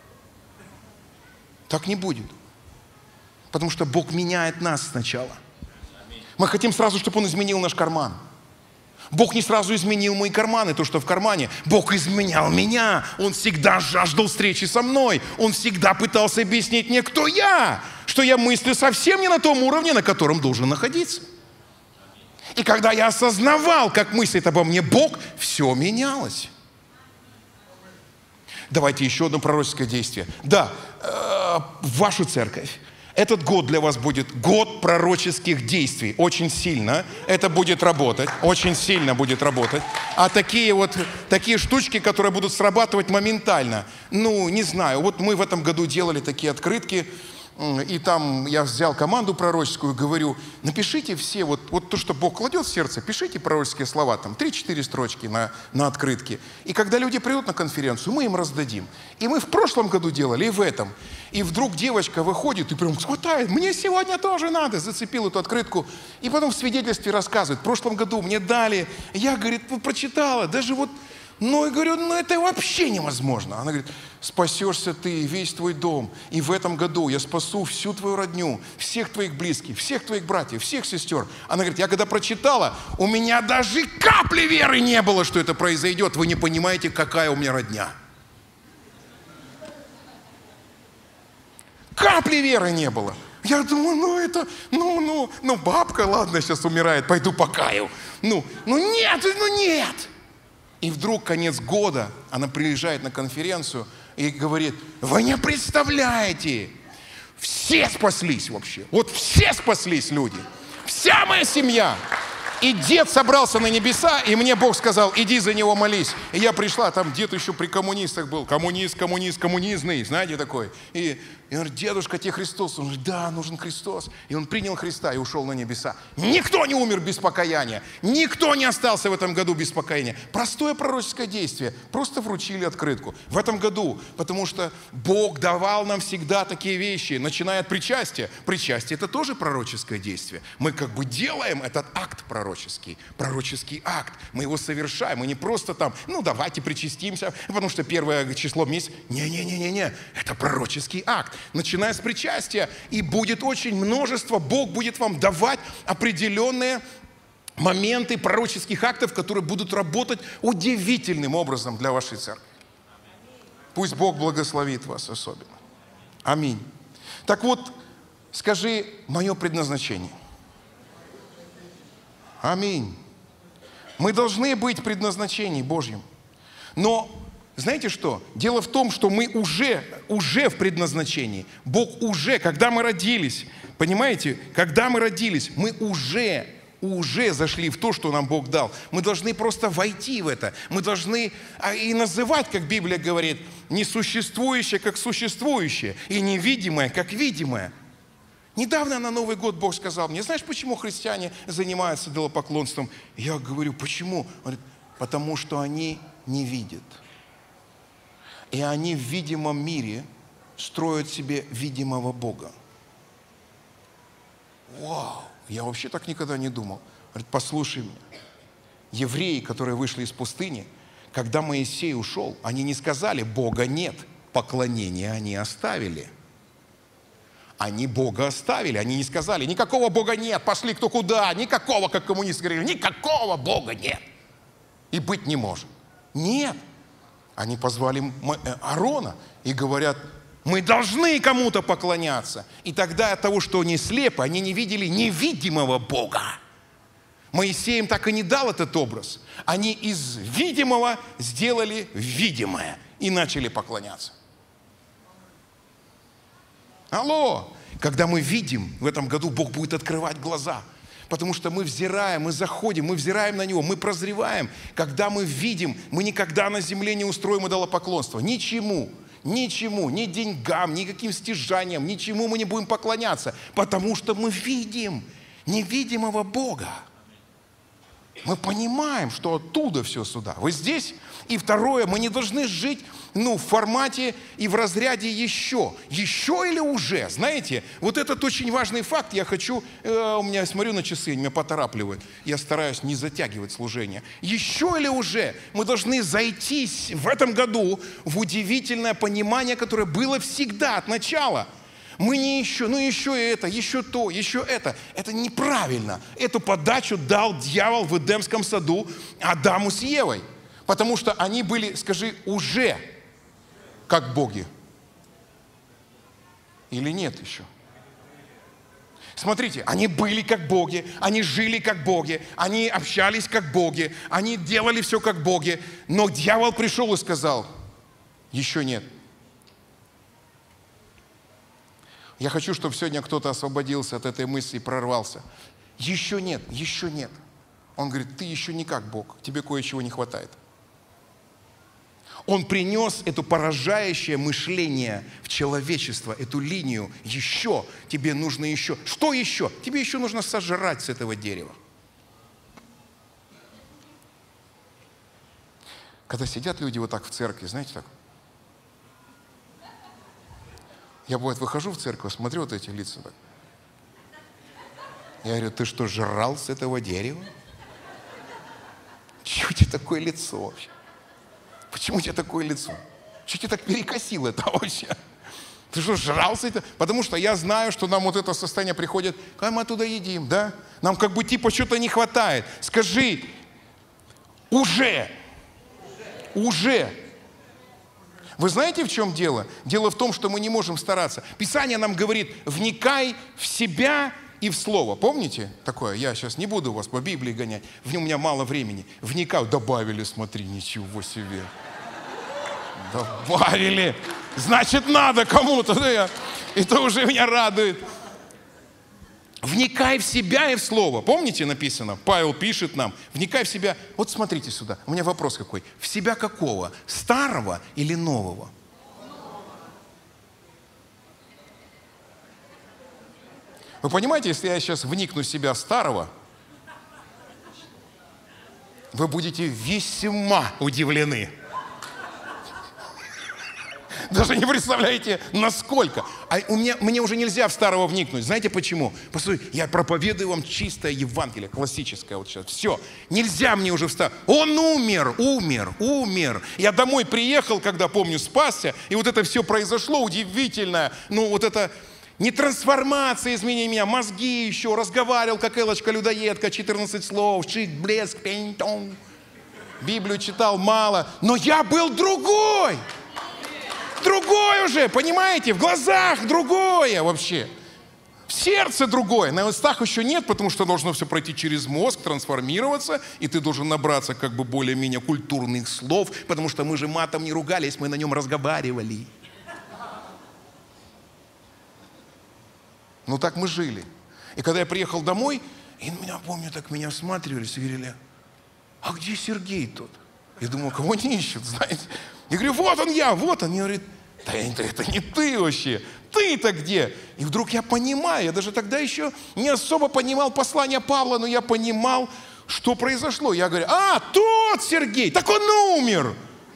Так не будет. Потому что Бог меняет нас сначала. Мы хотим сразу, чтобы Он изменил наш карман. Бог не сразу изменил мои карманы, то, что в кармане. Бог изменял меня. Он всегда жаждал встречи со мной. Он всегда пытался объяснить мне, кто я. Что я мыслю совсем не на том уровне, на котором должен находиться. И когда я осознавал, как мыслит обо мне Бог, все менялось. Давайте еще одно пророческое действие. Да, э, в вашу церковь Этот год для вас будет год пророческих действий. Очень сильно это будет работать. Очень сильно будет работать. А такие вот, такие штучки, которые будут срабатывать моментально. Ну, не знаю. Вот мы в этом году делали такие открытки. И там я взял команду пророческую, говорю, напишите все, вот, вот то, что Бог кладет в сердце, пишите пророческие слова, там, три-четыре строчки на, на открытке. И когда люди придут на конференцию, мы им раздадим. И мы в прошлом году делали, и в этом. И вдруг девочка выходит и прям хватает, мне сегодня тоже надо, зацепил эту открытку. И потом в свидетельстве рассказывает, в прошлом году мне дали, я, говорит, прочитала, даже вот, ну, и говорю, ну, это вообще невозможно. Она говорит, спасешься ты, весь твой дом. И в этом году я спасу всю твою родню, всех твоих близких, всех твоих братьев, всех сестер. Она говорит, я когда прочитала, у меня даже капли веры не было, что это произойдет. Вы не понимаете, какая у меня родня. Капли веры не было. Я думаю, ну это, ну, ну, ну, бабка, ладно, сейчас умирает, пойду покаю. Ну, ну нет, ну нет. И вдруг конец года, она приезжает на конференцию и говорит, вы не представляете, все спаслись вообще, вот все спаслись люди, вся моя семья. И дед собрался на небеса, и мне Бог сказал, иди за него молись. И я пришла, там дед еще при коммунистах был, коммунист, коммунист, коммунизный, знаете такой. И, и он говорит, дедушка, тебе Христос? Он говорит, да, нужен Христос. И он принял Христа и ушел на небеса. Никто не умер без покаяния, никто не остался в этом году без покаяния. Простое пророческое действие, просто вручили открытку. В этом году, потому что Бог давал нам всегда такие вещи, начиная от причастия. Причастие – это тоже пророческое действие. Мы как бы делаем этот акт пророческий. Пророческий, пророческий акт. Мы его совершаем. Мы не просто там, ну давайте причастимся, потому что первое число месяца. Не-не-не-не-не. Это пророческий акт. Начиная с причастия. И будет очень множество. Бог будет вам давать определенные моменты пророческих актов, которые будут работать удивительным образом для вашей церкви. Пусть Бог благословит вас особенно. Аминь. Так вот, скажи, мое предназначение. Аминь. Мы должны быть предназначением Божьим. Но, знаете что? Дело в том, что мы уже, уже в предназначении. Бог уже, когда мы родились, понимаете, когда мы родились, мы уже, уже зашли в то, что нам Бог дал. Мы должны просто войти в это. Мы должны и называть, как Библия говорит, несуществующее, как существующее, и невидимое, как видимое. Недавно на Новый год Бог сказал мне, знаешь, почему христиане занимаются идолопоклонством? Я говорю, почему? Он говорит, потому что они не видят. И они в видимом мире строят себе видимого Бога. Вау! Я вообще так никогда не думал. Говорит, послушай меня. Евреи, которые вышли из пустыни, когда Моисей ушел, они не сказали, Бога нет. Поклонение они оставили. Они Бога оставили, они не сказали, никакого Бога нет, пошли кто куда, никакого, как коммунисты говорили, никакого Бога нет. И быть не может. Нет. Они позвали Аарона и говорят, мы должны кому-то поклоняться. И тогда от того, что они слепы, они не видели невидимого Бога. Моисей им так и не дал этот образ. Они из видимого сделали видимое и начали поклоняться. Алло! Когда мы видим, в этом году Бог будет открывать глаза. Потому что мы взираем, мы заходим, мы взираем на Него, мы прозреваем. Когда мы видим, мы никогда на земле не устроим идолопоклонство. Ничему, ничему, ни деньгам, никаким стяжаниям, ничему мы не будем поклоняться. Потому что мы видим невидимого Бога. Мы понимаем, что оттуда все сюда. Вы здесь? И второе, мы не должны жить ну, в формате и в разряде еще. Еще или уже? Знаете, вот этот очень важный факт. Я хочу, э, у меня, смотрю на часы, меня поторапливают. Я стараюсь не затягивать служение. Еще или уже? Мы должны зайти в этом году в удивительное понимание, которое было всегда от начала. Мы не еще, ну еще это, еще то, еще это. Это неправильно. Эту подачу дал дьявол в Эдемском саду Адаму с Евой. Потому что они были, скажи, уже как боги. Или нет еще? Смотрите, они были как боги, они жили как боги, они общались как боги, они делали все как боги. Но дьявол пришел и сказал, еще нет. Я хочу, чтобы сегодня кто-то освободился от этой мысли и прорвался. Еще нет, еще нет. Он говорит, ты еще не как Бог, тебе кое-чего не хватает. Он принес это поражающее мышление в человечество, эту линию. Еще, тебе нужно еще. Что еще? Тебе еще нужно сожрать с этого дерева. Когда сидят люди вот так в церкви, знаете так? Я, бывает, выхожу в церковь, смотрю вот эти лица так. Я говорю, ты что, жрал с этого дерева? Чего у тебя такое лицо вообще? Почему у тебя такое лицо? Что тебя так перекосило это вообще? Ты что, жрал с этого? Потому что я знаю, что нам вот это состояние приходит, когда мы оттуда едим, да? Нам как бы типа что-то не хватает. Скажи, уже, уже. Вы знаете, в чем дело? Дело в том, что мы не можем стараться. Писание нам говорит, вникай в себя и в слово. Помните такое? Я сейчас не буду вас по Библии гонять. В нем у меня мало времени. Вникаю. Добавили, смотри, ничего себе. Добавили. Значит, надо кому-то. Да? Это уже меня радует. Вникай в себя и в слово. Помните, написано? Павел пишет нам. Вникай в себя. Вот смотрите сюда. У меня вопрос какой. В себя какого? Старого или нового? Вы понимаете, если я сейчас вникну в себя старого, вы будете весьма удивлены. Даже не представляете, насколько. А у меня, мне уже нельзя в старого вникнуть. Знаете почему? Послушайте, я проповедую вам чистое Евангелие, классическое вот сейчас. Все. Нельзя мне уже в старого. Он умер, умер, умер. Я домой приехал, когда, помню, спасся, и вот это все произошло удивительное. Ну, вот это не трансформация изменения меня, мозги еще, разговаривал, как Элочка-людоедка, четырнадцать слов, шик, блеск, пень-тон. Библию читал мало, но я был другой. Другой уже, понимаете? В глазах другое вообще. В сердце другое. На устах еще нет, потому что должно все пройти через мозг, трансформироваться, и ты должен набраться как бы более-менее культурных слов, потому что мы же матом не ругались, мы на нем разговаривали. Ну так мы жили. И когда я приехал домой, и меня, помню, так меня осматривались и говорили, а где Сергей тот? Я думал, кого они ищут, знаете? Я говорю, вот он я, вот он. Мне говорит, да это, это не ты вообще, ты-то где? И вдруг я понимаю, я даже тогда еще не особо понимал послание Павла, но я понимал, что произошло. Я говорю, а, тот Сергей, так он умер.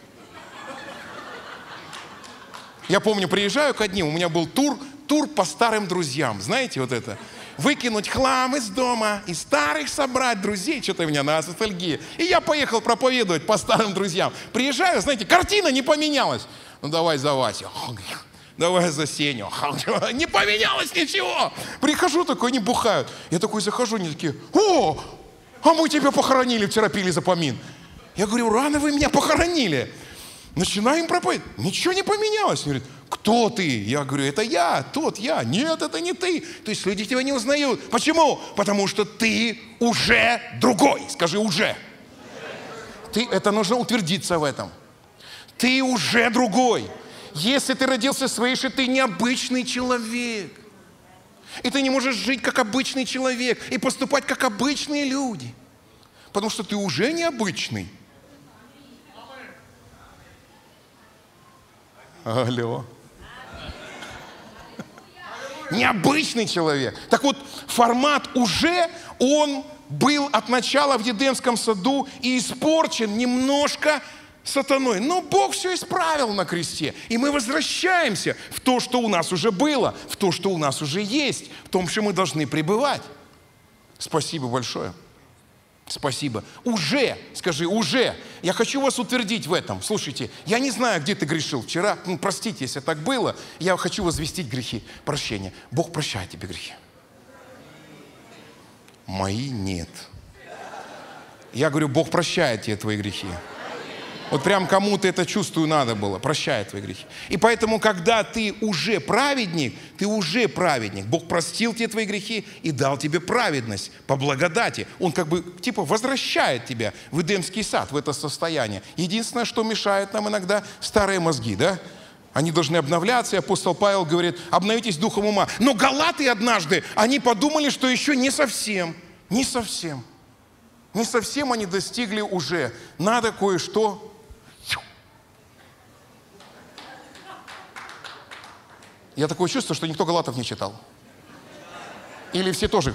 Я помню, приезжаю к одним, у меня был тур, тур по старым друзьям, знаете вот это? Выкинуть хлам из дома, из старых собрать друзей. Что-то у меня на ностальгии. И я поехал проповедовать по старым друзьям. Приезжаю, знаете, картина не поменялась. Ну давай за Васю. Давай за Сеню. Не поменялось ничего. Прихожу такой, они бухают. Я такой захожу, они такие, о, а мы тебя похоронили, вчера пили за помин. Я говорю, рано вы меня похоронили. Начинаем проповедовать. Ничего не поменялось. Он говорит, кто ты? Я говорю, это я, тот я. Нет, это не ты. То есть люди тебя не узнают. Почему? Потому что ты уже другой. Скажи, уже. Ты, это нужно утвердиться в этом. Ты уже другой. Если ты родился свыше, ты необычный человек. И ты не можешь жить как обычный человек и поступать как обычные люди. Потому что ты уже необычный. Алло. Необычный человек. Так вот, формат уже, он был от начала в Едемском саду и испорчен немножко сатаной. Но Бог все исправил на кресте. И мы возвращаемся в то, что у нас уже было, в то, что у нас уже есть, в том, что мы должны пребывать. Спасибо большое. Спасибо. Уже, скажи, уже. Я хочу вас утвердить в этом. Слушайте, я не знаю, где ты грешил вчера. Ну, простите, если так было. Я хочу возвестить грехи, прощения. Бог прощает тебе грехи. Мои нет. Я говорю, Бог прощает тебе твои грехи. Вот прям кому-то это, чувствую, надо было. Прощает твои грехи. И поэтому, когда ты уже праведник, ты уже праведник. Бог простил тебе твои грехи и дал тебе праведность по благодати. Он как бы типа возвращает тебя в Эдемский сад, в это состояние. Единственное, что мешает нам иногда, старые мозги, да? Они должны обновляться, и апостол Павел говорит, обновитесь духом ума. Но галаты однажды, они подумали, что еще не совсем, не совсем. Не совсем они достигли уже. Надо кое-что. Я такое чувство, что никто галатов не читал. Или все тоже.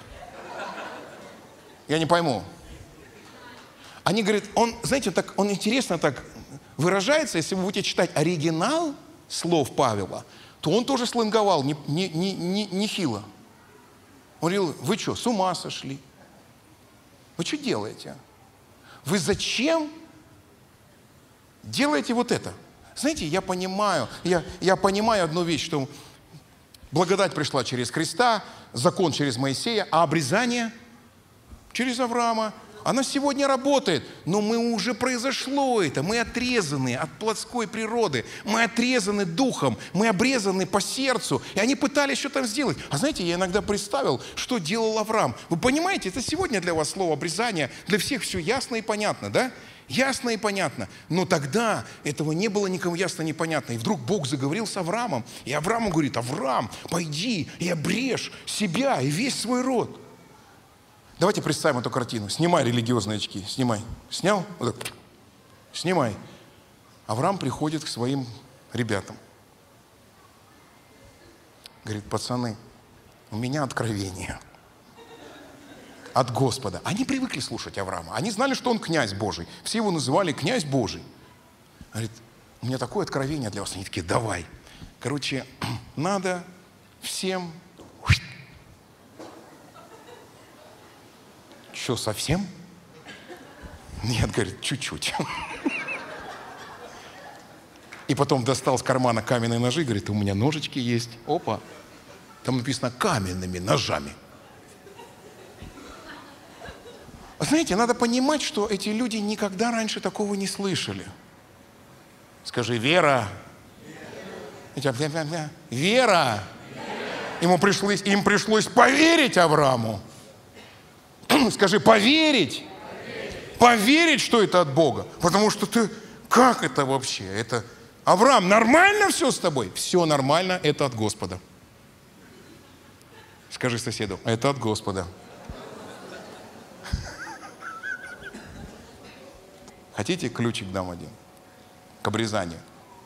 Я не пойму. Они говорят, он, знаете, так, он интересно так выражается, если вы будете читать оригинал слов Павла, то он тоже сленговал не, не, не, не, не хило. Он говорил, вы что, с ума сошли? Вы что делаете? Вы зачем делаете вот это? Знаете, я понимаю, я, я понимаю одну вещь, что благодать пришла через Христа, закон через Моисея, а обрезание через Авраама. Она сегодня работает, но мы уже произошло это. Мы отрезаны от плотской природы, мы отрезаны духом, мы обрезаны по сердцу. И они пытались что-то сделать. А знаете, я иногда представил, что делал Авраам. Вы понимаете, это сегодня для вас слово обрезание, для всех все ясно и понятно, да? Ясно и понятно. Но тогда этого не было никому ясно и непонятно. И вдруг Бог заговорил с Авраамом. И Авраам говорит, Авраам, пойди и обрежь себя и весь свой род. Давайте представим эту картину. Снимай религиозные очки. Снимай. Снял? Вот так. Снимай. Авраам приходит к своим ребятам. Говорит, пацаны, у меня откровение от Господа. Они привыкли слушать Авраама. Они знали, что он князь Божий. Все его называли князь Божий. Говорит, у меня такое откровение для вас. Они такие, давай. Короче, надо всем... Что, совсем? Нет, говорит, чуть-чуть. И потом достал с кармана каменные ножи, говорит, у меня ножички есть. Опа. Там написано каменными ножами. Знаете, надо понимать, что эти люди никогда раньше такого не слышали. Скажи, Вера. Вера. Вера. Ему пришлось, им пришлось поверить Аврааму. Скажи, поверить. поверить. Поверить, что это от Бога. Потому что ты, как это вообще? Это, Авраам, нормально все с тобой? Все нормально, это от Господа. Скажи соседу, это от Господа. Хотите, ключик дам один? К обрезанию.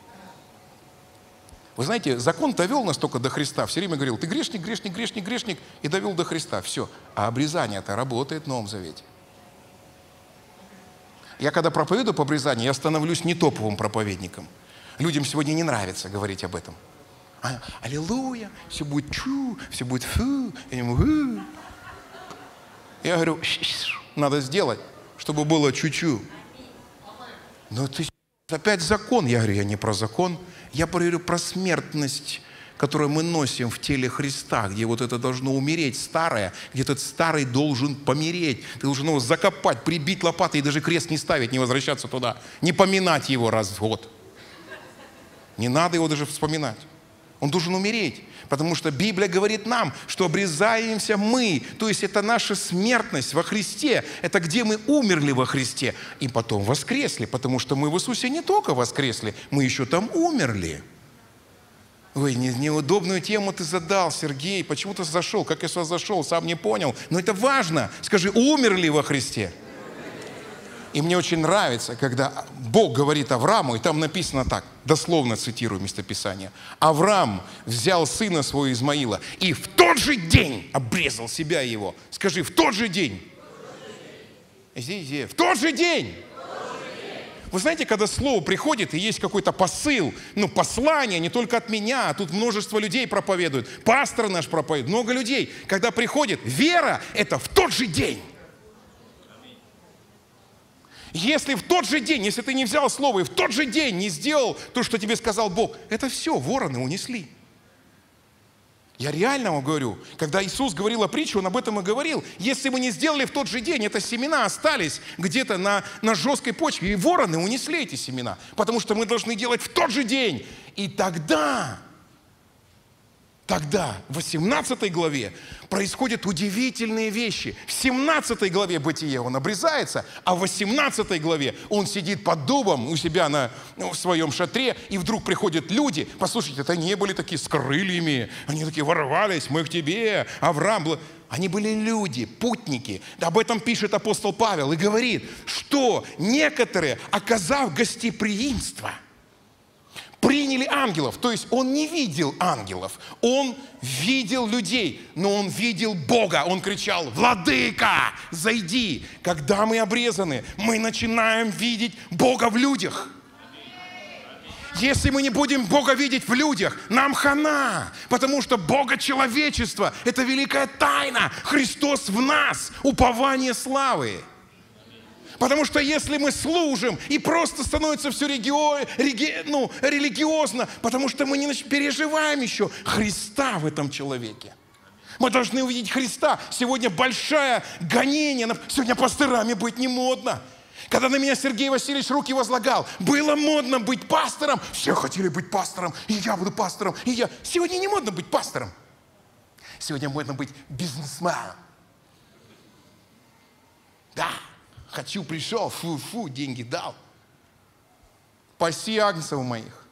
Вы знаете, закон довел нас только до Христа. Все время говорил, ты грешник, грешник, грешник, грешник, и довел до Христа. Все. А обрезание-то работает в Новом Завете. Я когда проповедую по обрезанию, я становлюсь не топовым проповедником. Людям сегодня не нравится говорить об этом. А, аллилуйя, все будет чу, все будет фу. Я, ему, я говорю, надо сделать, чтобы было чу-чу. Но ты опять закон. Я говорю, я не про закон. Я говорю про смертность, которую мы носим в теле Христа, где вот это должно умереть, старое, где этот старый должен помереть. Ты должен его закопать, прибить лопатой и даже крест не ставить, не возвращаться туда, не поминать его раз в год. Не надо его даже вспоминать. Он должен умереть, потому что Библия говорит нам, что обрезаемся мы, то есть это наша смертность во Христе, это где мы умерли во Христе и потом воскресли, потому что мы в Иисусе не только воскресли, мы еще там умерли. Ой, не, неудобную тему ты задал, Сергей, почему ты зашел, как я сюда зашел, сам не понял, но это важно, скажи, умерли во Христе. И мне очень нравится, когда Бог говорит Аврааму, и там написано так, дословно цитирую местописание. Авраам взял сына своего Измаила и в тот же день обрезал себя его. Скажи, в тот же день. Здесь, здесь. В тот же день. Вы знаете, когда слово приходит, и есть какой-то посыл, ну, послание, не только от меня, а тут множество людей проповедуют, пастор наш проповедует, много людей. Когда приходит, вера – это в тот же день. Если в тот же день, если ты не взял слово и в тот же день не сделал то, что тебе сказал Бог, это все, вороны унесли. Я реально вам говорю, когда Иисус говорил о притче, Он об этом и говорил. Если мы не сделали в тот же день, это семена остались где-то на, на жесткой почве, и вороны унесли эти семена, потому что мы должны делать в тот же день. И тогда, Тогда в восемнадцатой главе происходят удивительные вещи. В семнадцатой главе Бытие он обрезается, а в восемнадцатой главе он сидит под дубом у себя на, в своем шатре, и вдруг приходят люди. Послушайте, это не были такие с крыльями, они такие ворвались, мы к тебе, Авраам был... Они были люди, путники. Об этом пишет апостол Павел и говорит, что некоторые, оказав гостеприимство, приняли ангелов. То есть он не видел ангелов, он видел людей, но он видел Бога. Он кричал: «Владыка, зайди!» Когда мы обрезаны, мы начинаем видеть Бога в людях. Если мы не будем Бога видеть в людях, нам хана, потому что Бога-человечество – это великая тайна. Христос в нас, упование славы. Потому что если мы служим, и просто становится все регио, реги, ну, религиозно, потому что мы не переживаем еще Христа в этом человеке. Мы должны увидеть Христа. Сегодня большое гонение. Сегодня пастырами быть не модно. Когда на меня Сергей Васильевич руки возлагал, было модно быть пастором. Все хотели быть пастором, и я буду пастором, и я. Сегодня не модно быть пастором. Сегодня модно быть бизнесменом. Да, хочу, пришел, фу-фу, деньги дал. Паси агнцев моих.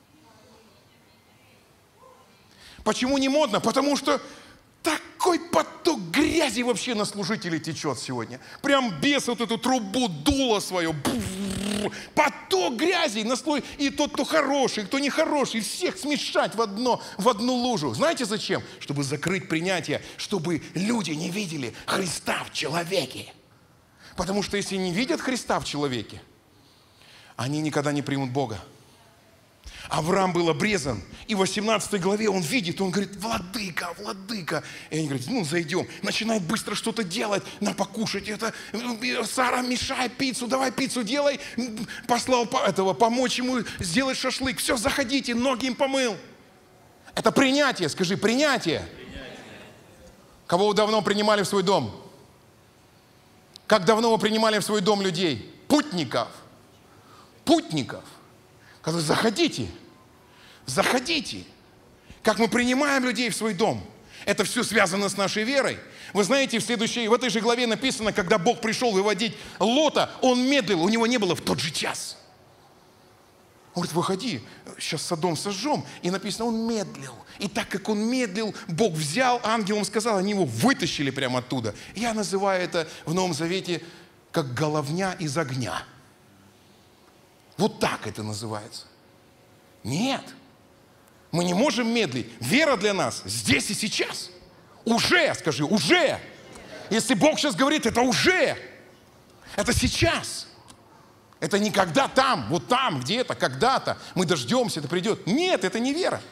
Почему не модно? Потому что такой поток грязи вообще на служителей течет сегодня. Прям бес вот эту трубу, дуло свое. Поток грязи на слой. И тот, кто хороший, кто нехороший, всех смешать в, одно, в одну лужу. Знаете зачем? Чтобы закрыть принятие, чтобы люди не видели Христа в человеке. Потому что если не видят Христа в человеке, они никогда не примут Бога. Авраам был обрезан, и в восемнадцатой главе он видит, он говорит: «Владыка, владыка». И они говорят: «Ну, зайдем». Начинает быстро что-то делать, на покушать это. Сара, мешай пиццу, давай пиццу делай. Послал этого помочь ему сделать шашлык. Все, заходите, ноги им помыл. Это принятие, скажи, принятие. принятие. Кого вы давно принимали в свой дом? Как давно вы принимали в свой дом людей? Путников. Путников. Когда заходите, заходите. Как мы принимаем людей в свой дом. Это все связано с нашей верой. Вы знаете, в следующей, в этой же главе написано, когда Бог пришел выводить Лота, он медлил, у него не было в тот же час. Он говорит: выходи, сейчас Содом сожжем. И написано, он медлил. И так как он медлил, Бог взял, ангелам сказал, они его вытащили прямо оттуда. Я называю это в Новом Завете как головня из огня. Вот так это называется. Нет. Мы не можем медлить. Вера для нас здесь и сейчас. Уже, скажи, уже. Если Бог сейчас говорит, это уже. Это сейчас. Это не когда там, вот там, где-то, когда-то. Мы дождемся, это придет. Нет, это не вера.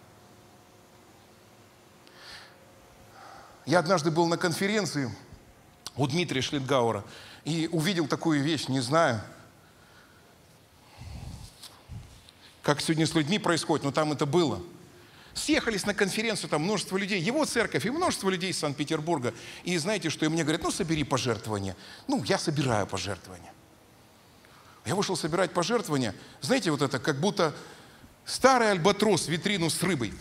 Я однажды был на конференции у Дмитрия Шлитгауэра и увидел такую вещь, не знаю, как сегодня с людьми происходит, но там это было. Съехались на конференцию, там множество людей, его церковь и множество людей из Санкт-Петербурга. И знаете, что и мне говорят: ну, собери пожертвования. Ну, я собираю пожертвования. Я вышел собирать пожертвования. Знаете, вот это, как будто старый альбатрос, витрину с рыбой.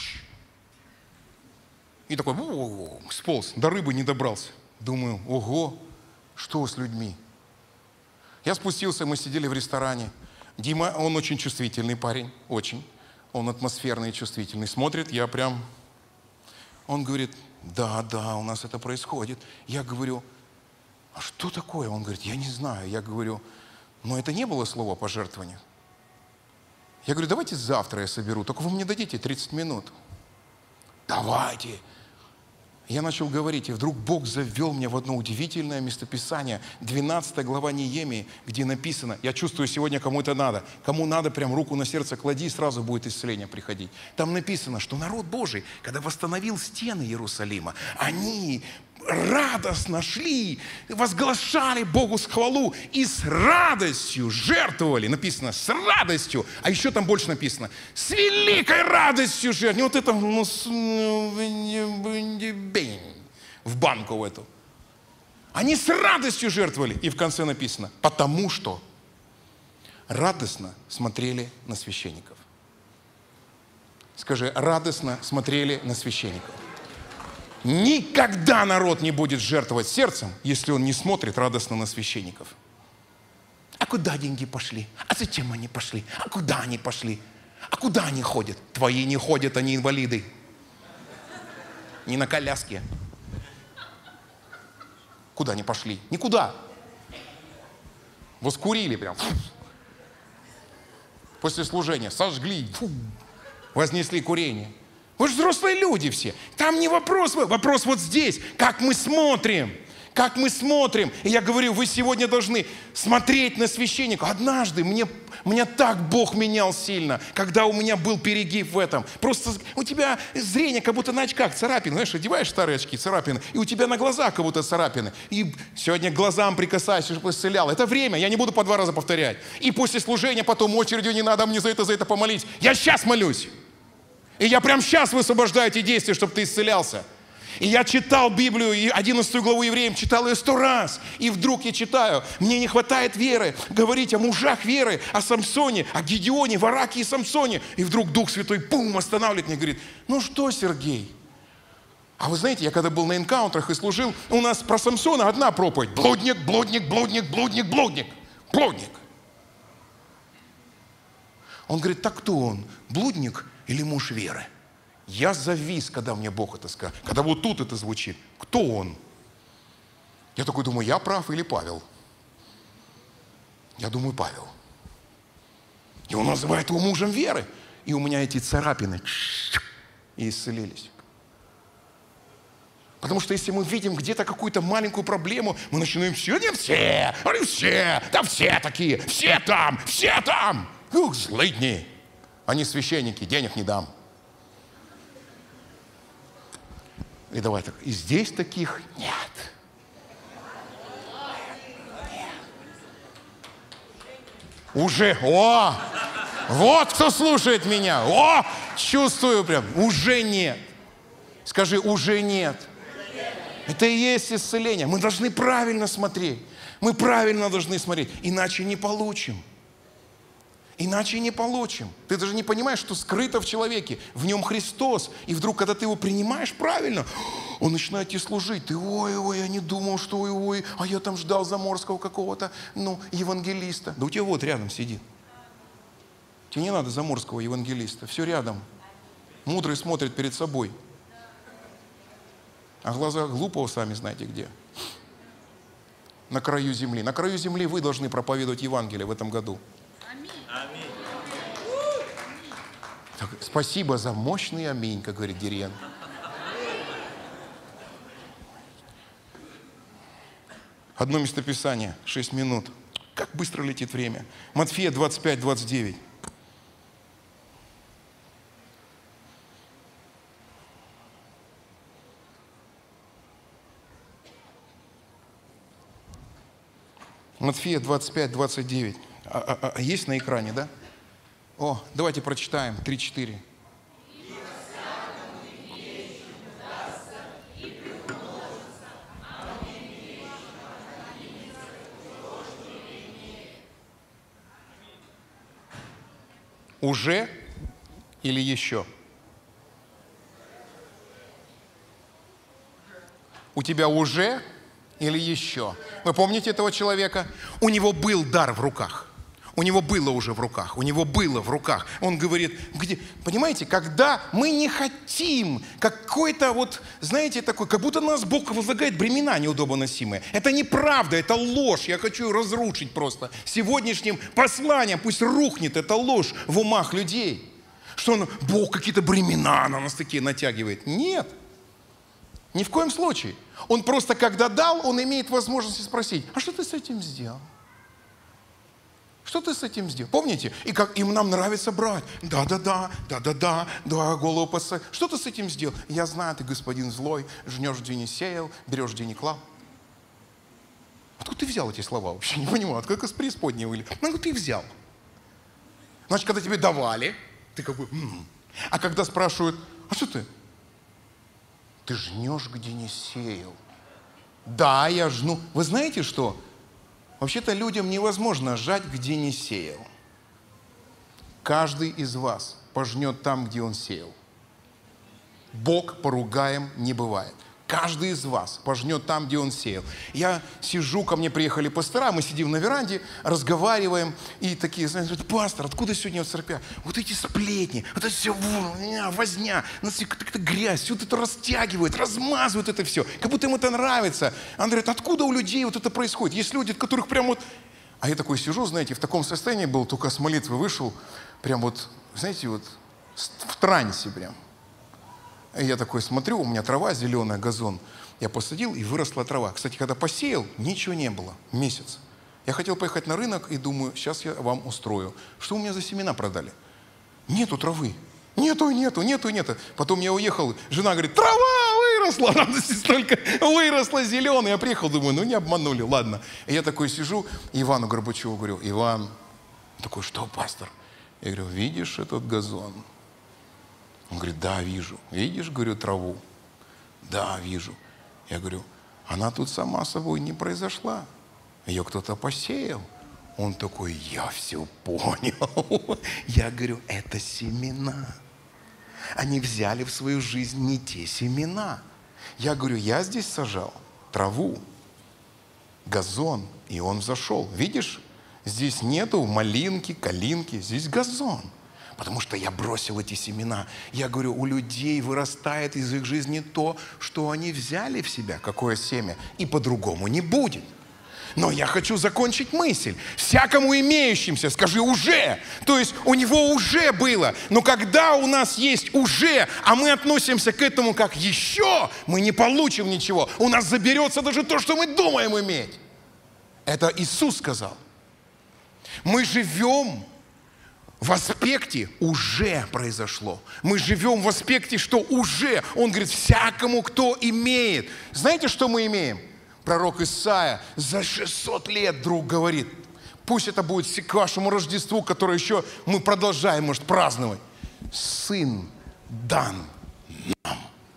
И такой сполз, до рыбы не добрался. Думаю: ого, что с людьми? Я спустился, мы сидели в ресторане. Дима, он очень чувствительный парень, очень. Он атмосферный и чувствительный. Смотрит, я прям... Он говорит: да, да, у нас это происходит. Я говорю: а что такое? Он говорит: я не знаю. Я говорю: но это не было слово пожертвование. Я говорю: давайте завтра я соберу, только вы мне дадите тридцать минут. Давайте. Я начал говорить, и вдруг Бог завел меня в одно удивительное местописание, двенадцатая глава Неемии, где написано, я чувствую, сегодня кому это надо, кому надо, прям руку на сердце клади, и сразу будет исцеление приходить. Там написано, что народ Божий, когда восстановил стены Иерусалима, они радостно шли, возглашали Богу с хвалу и с радостью жертвовали. Написано, с радостью. А еще там больше написано, с великой радостью жертвовали. Вот это ну, с... в банку в эту. Они с радостью жертвовали. И в конце написано, потому что радостно смотрели на священников. Скажи, радостно смотрели на священников. Никогда народ не будет жертвовать сердцем, если он не смотрит радостно на священников. А куда деньги пошли? А зачем они пошли? А куда они пошли? А куда они ходят? Твои не ходят, они инвалиды. Не на коляске. Куда они пошли? Никуда. Воскурили прям. После служения сожгли. Фу. Вознесли курение. Вы же взрослые люди все. Там не вопрос. Вопрос вот здесь. Как мы смотрим. Как мы смотрим. И я говорю, вы сегодня должны смотреть на священника. Однажды мне, меня так Бог менял сильно, когда у меня был перегиб в этом. Просто у тебя зрение как будто на очках царапины. Знаешь, одеваешь старые очки, царапины, и у тебя на глазах как будто царапины. И сегодня к глазам прикасаешься, чтобы исцелял. Это время, я не буду по два раза повторять. И после служения потом очередью не надо мне за это, за это помолить. Я сейчас молюсь. И я прямо сейчас высвобождаю эти действия, чтобы ты исцелялся. И я читал Библию, и одиннадцатую главу Евреям, читал ее сто раз. И вдруг я читаю, мне не хватает веры, говорить о мужах веры, о Самсоне, о Гедеоне, Вараке и Самсоне. И вдруг Дух Святой, пум, останавливает меня и говорит, ну что, Сергей? А вы знаете, я когда был на энкаунтерах и служил, у нас про Самсона одна проповедь. Блудник, блудник, блудник, блудник, блудник. Блудник. Он говорит, так кто он? Блудник или муж веры? Я завис, когда мне Бог это сказал. Когда вот тут это звучит. Кто он? Я такой думаю, я прав или Павел? Я думаю, Павел. И он называет его мужем веры. И у меня эти царапины и исцелились. Потому что если мы видим где-то какую-то маленькую проблему, мы начинаем все, не все, они все, да все такие, все там, все там. Ух, злыдни. Они священники, денег не дам. И давай так, и здесь таких нет. Нет. Уже, о, вот кто слушает меня, о, чувствую прям, уже нет. Скажи, уже нет. Это и есть исцеление. Мы должны правильно смотреть. Мы правильно должны смотреть, иначе не получим. Иначе не получим. Ты даже не понимаешь, что скрыто в человеке. В нем Христос. И вдруг, когда ты его принимаешь правильно, он начинает тебе служить. Ты, ой-ой, я не думал, что ой-ой, а я там ждал заморского какого-то, ну, евангелиста. Да у тебя вот рядом сидит. Тебе не надо заморского евангелиста. Все рядом. Мудрый смотрит перед собой. А глаза глупого сами знаете где. На краю земли. На краю земли вы должны проповедовать Евангелие в этом году. Так, спасибо за мощный аминь, как говорит Дириан. Одно местописание, шесть минут. Как быстро летит время. Матфея двадцать пять двадцать девять. Матфея двадцать пять двадцать девять. А, а, а есть на экране, да? О, давайте прочитаем. три-четыре. Уже или еще? У тебя уже или еще? Вы помните этого человека? У него был дар в руках. У него было уже в руках, у него было в руках. Он говорит, где, понимаете, когда мы не хотим какой-то вот, знаете, такой, как будто нас Бог возлагает бремена неудобно носимые. Это неправда, это ложь. Я хочу ее разрушить просто. Сегодняшним посланием пусть рухнет эта ложь в умах людей. Что он, Бог какие-то бремена на нас такие натягивает. Нет. Ни в коем случае. Он просто, когда дал, он имеет возможность спросить, а что ты с этим сделал? Что ты с этим сделал? Помните? И как им нам нравится брать. Да-да-да, да-да-да, да, голову посадить. Что ты с этим сделал? Я знаю, ты господин злой, жнешь, где не сеял, берешь, где не клал. Откуда ты взял эти слова? Вообще не понимаю, откуда из преисподней были. Ну, ты взял. Значит, когда тебе давали, ты как бы... М-м. А когда спрашивают, а что ты? Ты жнешь, где не сеял. Да, я жну. Вы знаете что? Вообще-то людям невозможно жать, где не сеял. Каждый из вас пожнет там, где он сеял. Бог поругаем не бывает. Каждый из вас пожнет там, где он сеял. Я сижу, ко мне приехали пастора, мы сидим на веранде, разговариваем, и такие, знаете, пастор, откуда сегодня в церкви? Вот эти сплетни, вот это все возня, как-то грязь, все это растягивает, размазывает это все, как будто им это нравится. Он говорит, откуда у людей вот это происходит? Есть люди, от которых прям вот... А я такой сижу, знаете, в таком состоянии был, только с молитвы вышел, прям вот, знаете, вот в трансе прям. И я такой смотрю, у меня трава зеленая, газон. Я посадил, и выросла трава. Кстати, когда посеял, ничего не было. Месяц. Я хотел поехать на рынок и думаю, сейчас я вам устрою. Что у меня за семена продали? Нету травы. Нету, нету, нету, нету. Потом я уехал, жена говорит, трава выросла. Радости столько выросла зеленая. Я приехал, думаю, ну не обманули, ладно. И я такой сижу, и Ивану Горбачеву говорю, Иван, он такой, что, пастор? Я говорю, видишь этот газон? Он говорит, да, вижу. Видишь, говорю, траву? Да, вижу. Я говорю, она тут сама собой не произошла. Ее кто-то посеял. Он такой, я все понял. Я говорю, это семена. Они взяли в свою жизнь не те семена. Я говорю, я здесь сажал траву, газон, и он взошел. Видишь, здесь нету малинки, калинки, здесь газон. Потому что я бросил эти семена. Я говорю, у людей вырастает из их жизни то, что они взяли в себя, какое семя, и по-другому не будет. Но я хочу закончить мысль. Всякому имеющимся, скажи уже. То есть у него уже было. Но когда у нас есть уже, а мы относимся к этому как еще, мы не получим ничего. У нас заберется даже то, что мы думаем иметь. Это Иисус сказал. Мы живем в аспекте «уже произошло». Мы живем в аспекте, что уже. Он говорит, всякому, кто имеет. Знаете, что мы имеем? Пророк Исаия за шестьсот лет вдруг говорит, пусть это будет к вашему Рождеству, которое еще мы продолжаем, может, праздновать. Сын дан нам.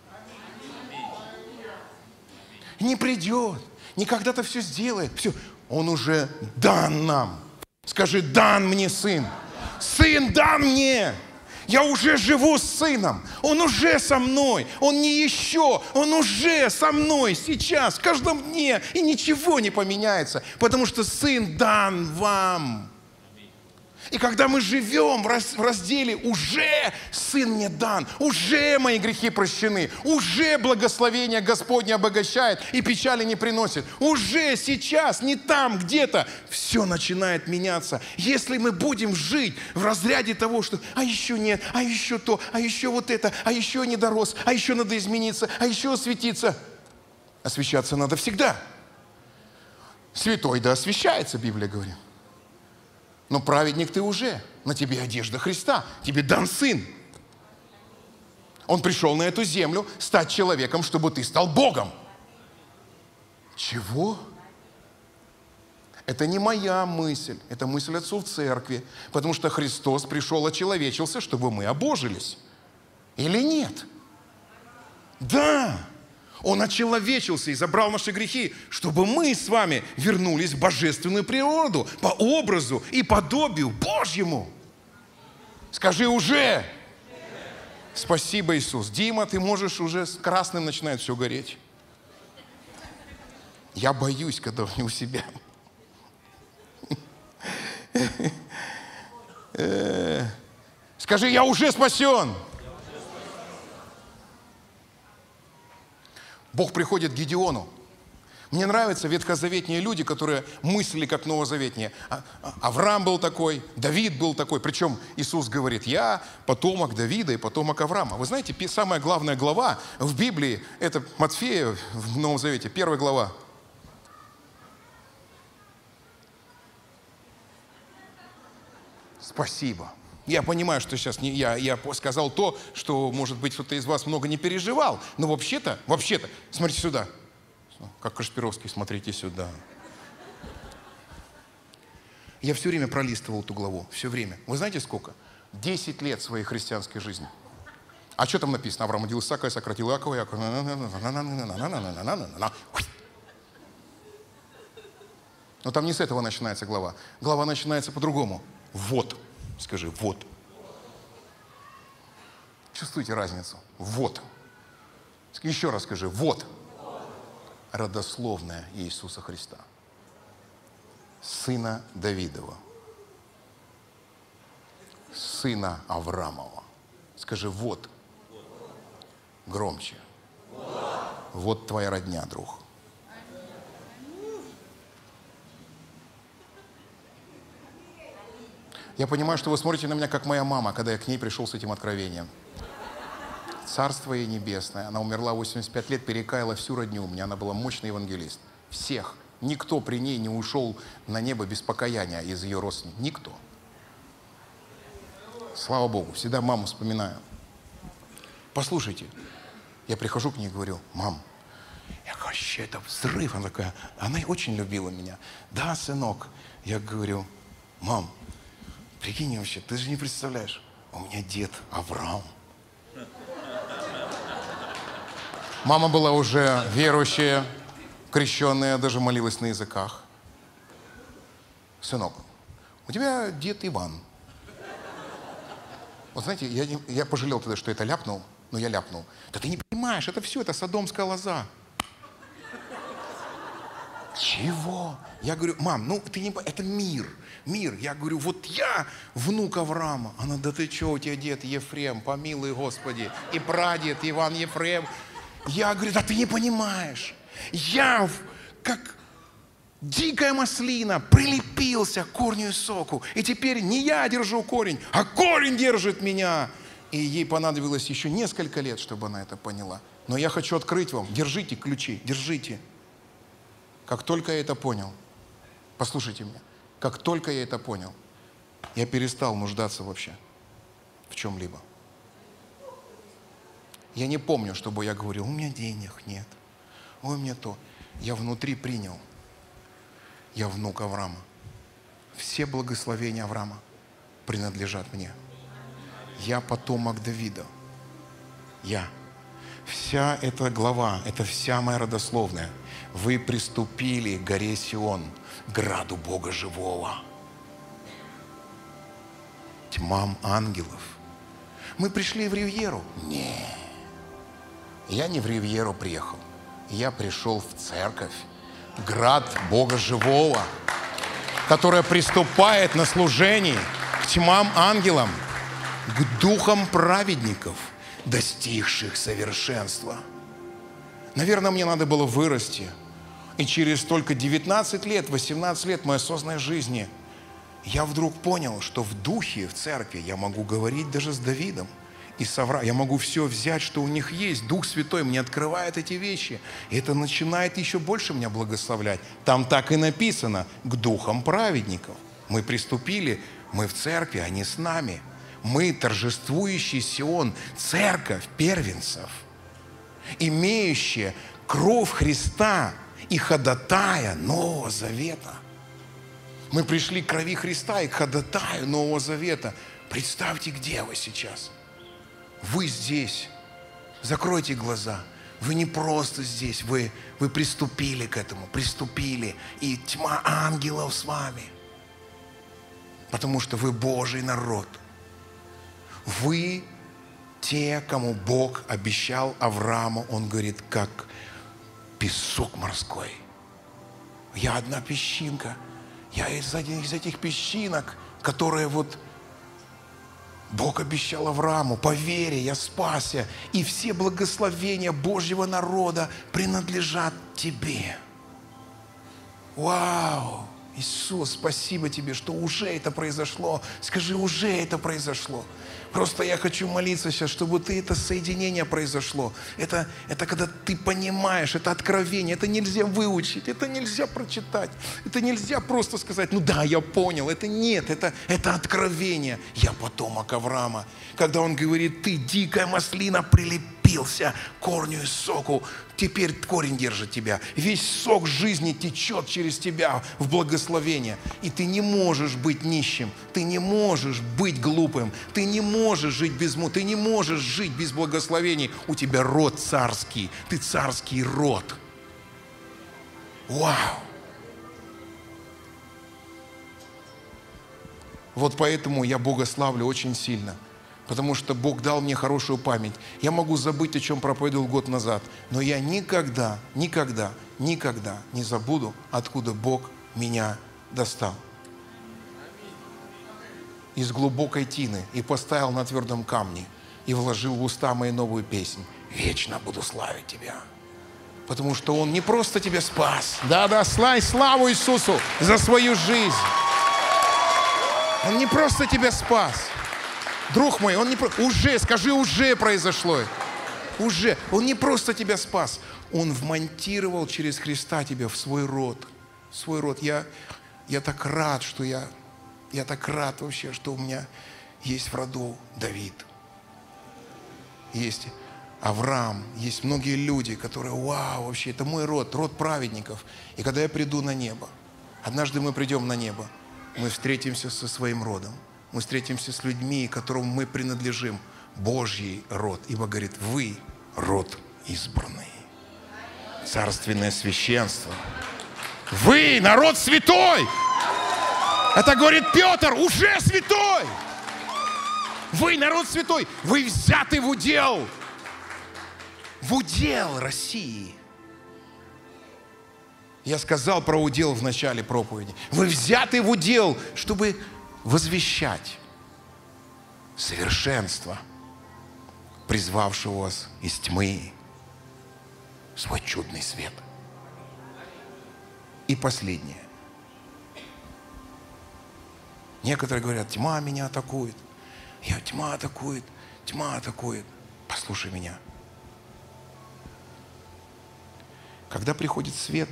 Не придет, не когда-то все сделает. Все, он уже дан нам. Скажи, дан мне сын. Сын дан мне. Я уже живу с сыном. Он уже со мной. Он не еще. Он уже со мной сейчас, в каждом дне. И ничего не поменяется. Потому что сын дан вам. И когда мы живем в разделе «уже сын мне дан», уже мои грехи прощены, уже благословение Господне обогащает и печали не приносит, уже сейчас, не там, где-то, все начинает меняться. Если мы будем жить в разряде того, что «а еще нет, а еще то, а еще вот это, а еще не дорос, а еще надо измениться, а еще осветиться». Освещаться надо всегда. Святой да освящается, Библия говорит. Но праведник ты уже, на тебе одежда Христа, тебе дан Сын. Он пришел на эту землю стать человеком, чтобы ты стал Богом. Чего? Это не моя мысль, это мысль отцов церкви, потому что Христос пришел, очеловечился, чтобы мы обожились. Или нет? Да! Он очеловечился и забрал наши грехи, чтобы мы с вами вернулись в божественную природу по образу и подобию Божьему. Скажи уже. Спасибо, Иисус. Дима, ты можешь уже с красным начинает все гореть. Я боюсь, когда не у себя. Скажи, я уже спасен. Бог приходит к Гедеону. Мне нравятся ветхозаветные люди, которые мыслили как новозаветные. Авраам был такой, Давид был такой. Причем Иисус говорит, я потомок Давида и потомок Авраама. Вы знаете, самая главная глава в Библии, это Матфея в Новом Завете, первая глава. Спасибо. Я понимаю, что сейчас не, я, я сказал то, что, может быть, кто-то из вас много не переживал. Но вообще-то, вообще-то, смотрите сюда. Как Кашпировский, смотрите сюда. Я все время пролистывал эту главу. Все время. Вы знаете сколько? Десять лет своей христианской жизни. А что там написано? Авраам родил Исаака, Исаак родил Иакова, Иаков... Но там не с этого начинается глава. Глава начинается по-другому. Вот. Скажи, вот. Чувствуете разницу? Вот. Еще раз скажи, вот. Родословная Иисуса Христа. Сына Давидова. Сына Авраамова. Скажи, вот. Громче. Вот твоя родня, друг. Я понимаю, что вы смотрите на меня, как моя мама, когда я к ней пришел с этим откровением. Царство ей небесное. Она умерла в восемьдесят пять лет, перекаяла всю родню. У меня она была мощный евангелист. Всех. Никто при ней не ушел на небо без покаяния из ее родственников. Никто. Слава Богу. Всегда маму вспоминаю. Послушайте. Я прихожу к ней и говорю, мам, я вообще это взрыв. Она такая, она очень любила меня. Да, сынок. Я говорю, мам, прикинь вообще, ты же не представляешь, у меня дед Авраам. Мама была уже верующая, крещенная, даже молилась на языках. Сынок, у тебя дед Иван. Вот знаете, я, не, я пожалел тогда, что это ляпнул, но я ляпнул. Да ты не понимаешь, это все, это содомская лоза. Чего? Я говорю, мам, ну ты не понимаешь, это мир, мир. Я говорю, вот я внук Авраама. Она, да ты что, у тебя дед Ефрем, помилуй Господи, и прадед Иван Ефрем. Я говорю, да ты не понимаешь. Я, как дикая маслина, прилепился к корню и соку. И теперь не я держу корень, а корень держит меня. И ей понадобилось еще несколько лет, чтобы она это поняла. Но я хочу открыть вам. Держите ключи, держите. Как только я это понял, послушайте меня, как только я это понял, я перестал нуждаться вообще в чем-либо. Я не помню, чтобы я говорил, у меня денег нет, ой, мне то. Я внутри принял, я внук Авраама. Все благословения Авраама принадлежат мне. Я потомок Давида. Я. Вся эта глава, это вся моя родословная. Вы приступили к горе Сион, граду Бога живого, тьмам ангелов. Мы пришли в Ривьеру? Нет. Я не в Ривьеру приехал. Я пришел в церковь, град Бога живого, которая приступает на служении к тьмам ангелам, к духам праведников, достигших совершенства. Наверное, мне надо было вырасти. И через только девятнадцать лет, восемнадцать лет моей осознанной жизни я вдруг понял, что в духе, в церкви я могу говорить даже с Давидом и с Авраамом. Я могу все взять, что у них есть. Дух Святой мне открывает эти вещи. И это начинает еще больше меня благословлять. Там так и написано, к духам праведников. Мы приступили, мы в церкви, они с нами. Мы торжествующий Сион, церковь первенцев, имеющая кровь Христа и ходатая Нового Завета. Мы пришли к крови Христа и к ходатаю Нового Завета. Представьте, где вы сейчас. Вы здесь. Закройте глаза. Вы не просто здесь, вы, вы приступили к этому, приступили. И тьма ангелов с вами. Потому что вы Божий народ. Вы те, кому Бог обещал Аврааму, он говорит, как песок морской. Я одна песчинка. Я из этих, из этих песчинок, которые вот Бог обещал Аврааму, по вере я спасся, и все благословения Божьего народа принадлежат тебе. Вау! Иисус, спасибо тебе, что уже это произошло. Скажи, уже это произошло. Просто я хочу молиться сейчас, чтобы ты это соединение произошло. Это, это когда ты понимаешь, это откровение, это нельзя выучить, это нельзя прочитать, это нельзя просто сказать, ну да, я понял. Это нет, это, это откровение. Я потомок Авраама. Когда он говорит, ты дикая маслина, прилепился к корню и соку, теперь корень держит тебя. Весь сок жизни течет через тебя в благословение. И ты не можешь быть нищим, ты не можешь быть глупым, ты не можешь жить без му, ты не можешь жить без благословений. У тебя род царский, ты царский род. Вау! Вот поэтому я Бога славлю очень сильно. Потому что Бог дал мне хорошую память. Я могу забыть, о чем проповедовал год назад. Но я никогда, никогда, никогда не забуду, откуда Бог меня достал. Из глубокой тины. И поставил на твердом камне. И вложил в уста мои новую песнь. Вечно буду славить Тебя. Потому что Он не просто тебя спас. Да-да, славь славу Иисусу за свою жизнь. Он не просто тебя спас. Друг мой, Он не про... уже, скажи, уже произошло. Уже. Он не просто тебя спас. Он вмонтировал через Христа тебя в свой род. В свой род. Я, я так рад, что я... Я так рад вообще, что у меня есть в роду Давид. Есть Авраам, есть многие люди, которые, вау, вообще, это мой род, род праведников. И когда я приду на небо, однажды мы придем на небо, мы встретимся со своим родом, мы встретимся с людьми, которым мы принадлежим, Божий род. Ибо говорит, вы род избранный, царственное священство. Вы народ святой! Это говорит Петр, уже святой! Вы народ святой, вы взяты в удел. В удел России. Я сказал про удел в начале проповеди. Вы взяты в удел, чтобы возвещать совершенство, призвавшего вас из тьмы в свой чудный свет. И последнее. Некоторые говорят, тьма меня атакует. Я, тьма атакует, тьма атакует. Послушай меня. Когда приходит свет,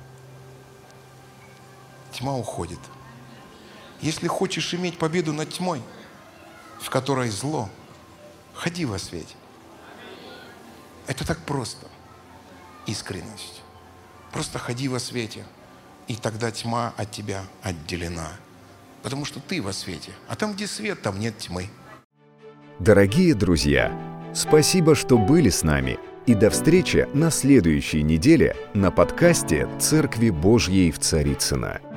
тьма уходит. Если хочешь иметь победу над тьмой, в которой зло, ходи во свете. Это так просто. Искренность. Просто ходи во свете, и тогда тьма от тебя отделена. Потому что ты во свете, а там, где свет, там нет тьмы. Дорогие друзья, спасибо, что были с нами. И до встречи на следующей неделе на подкасте «Церкви Божьей в Царицыно».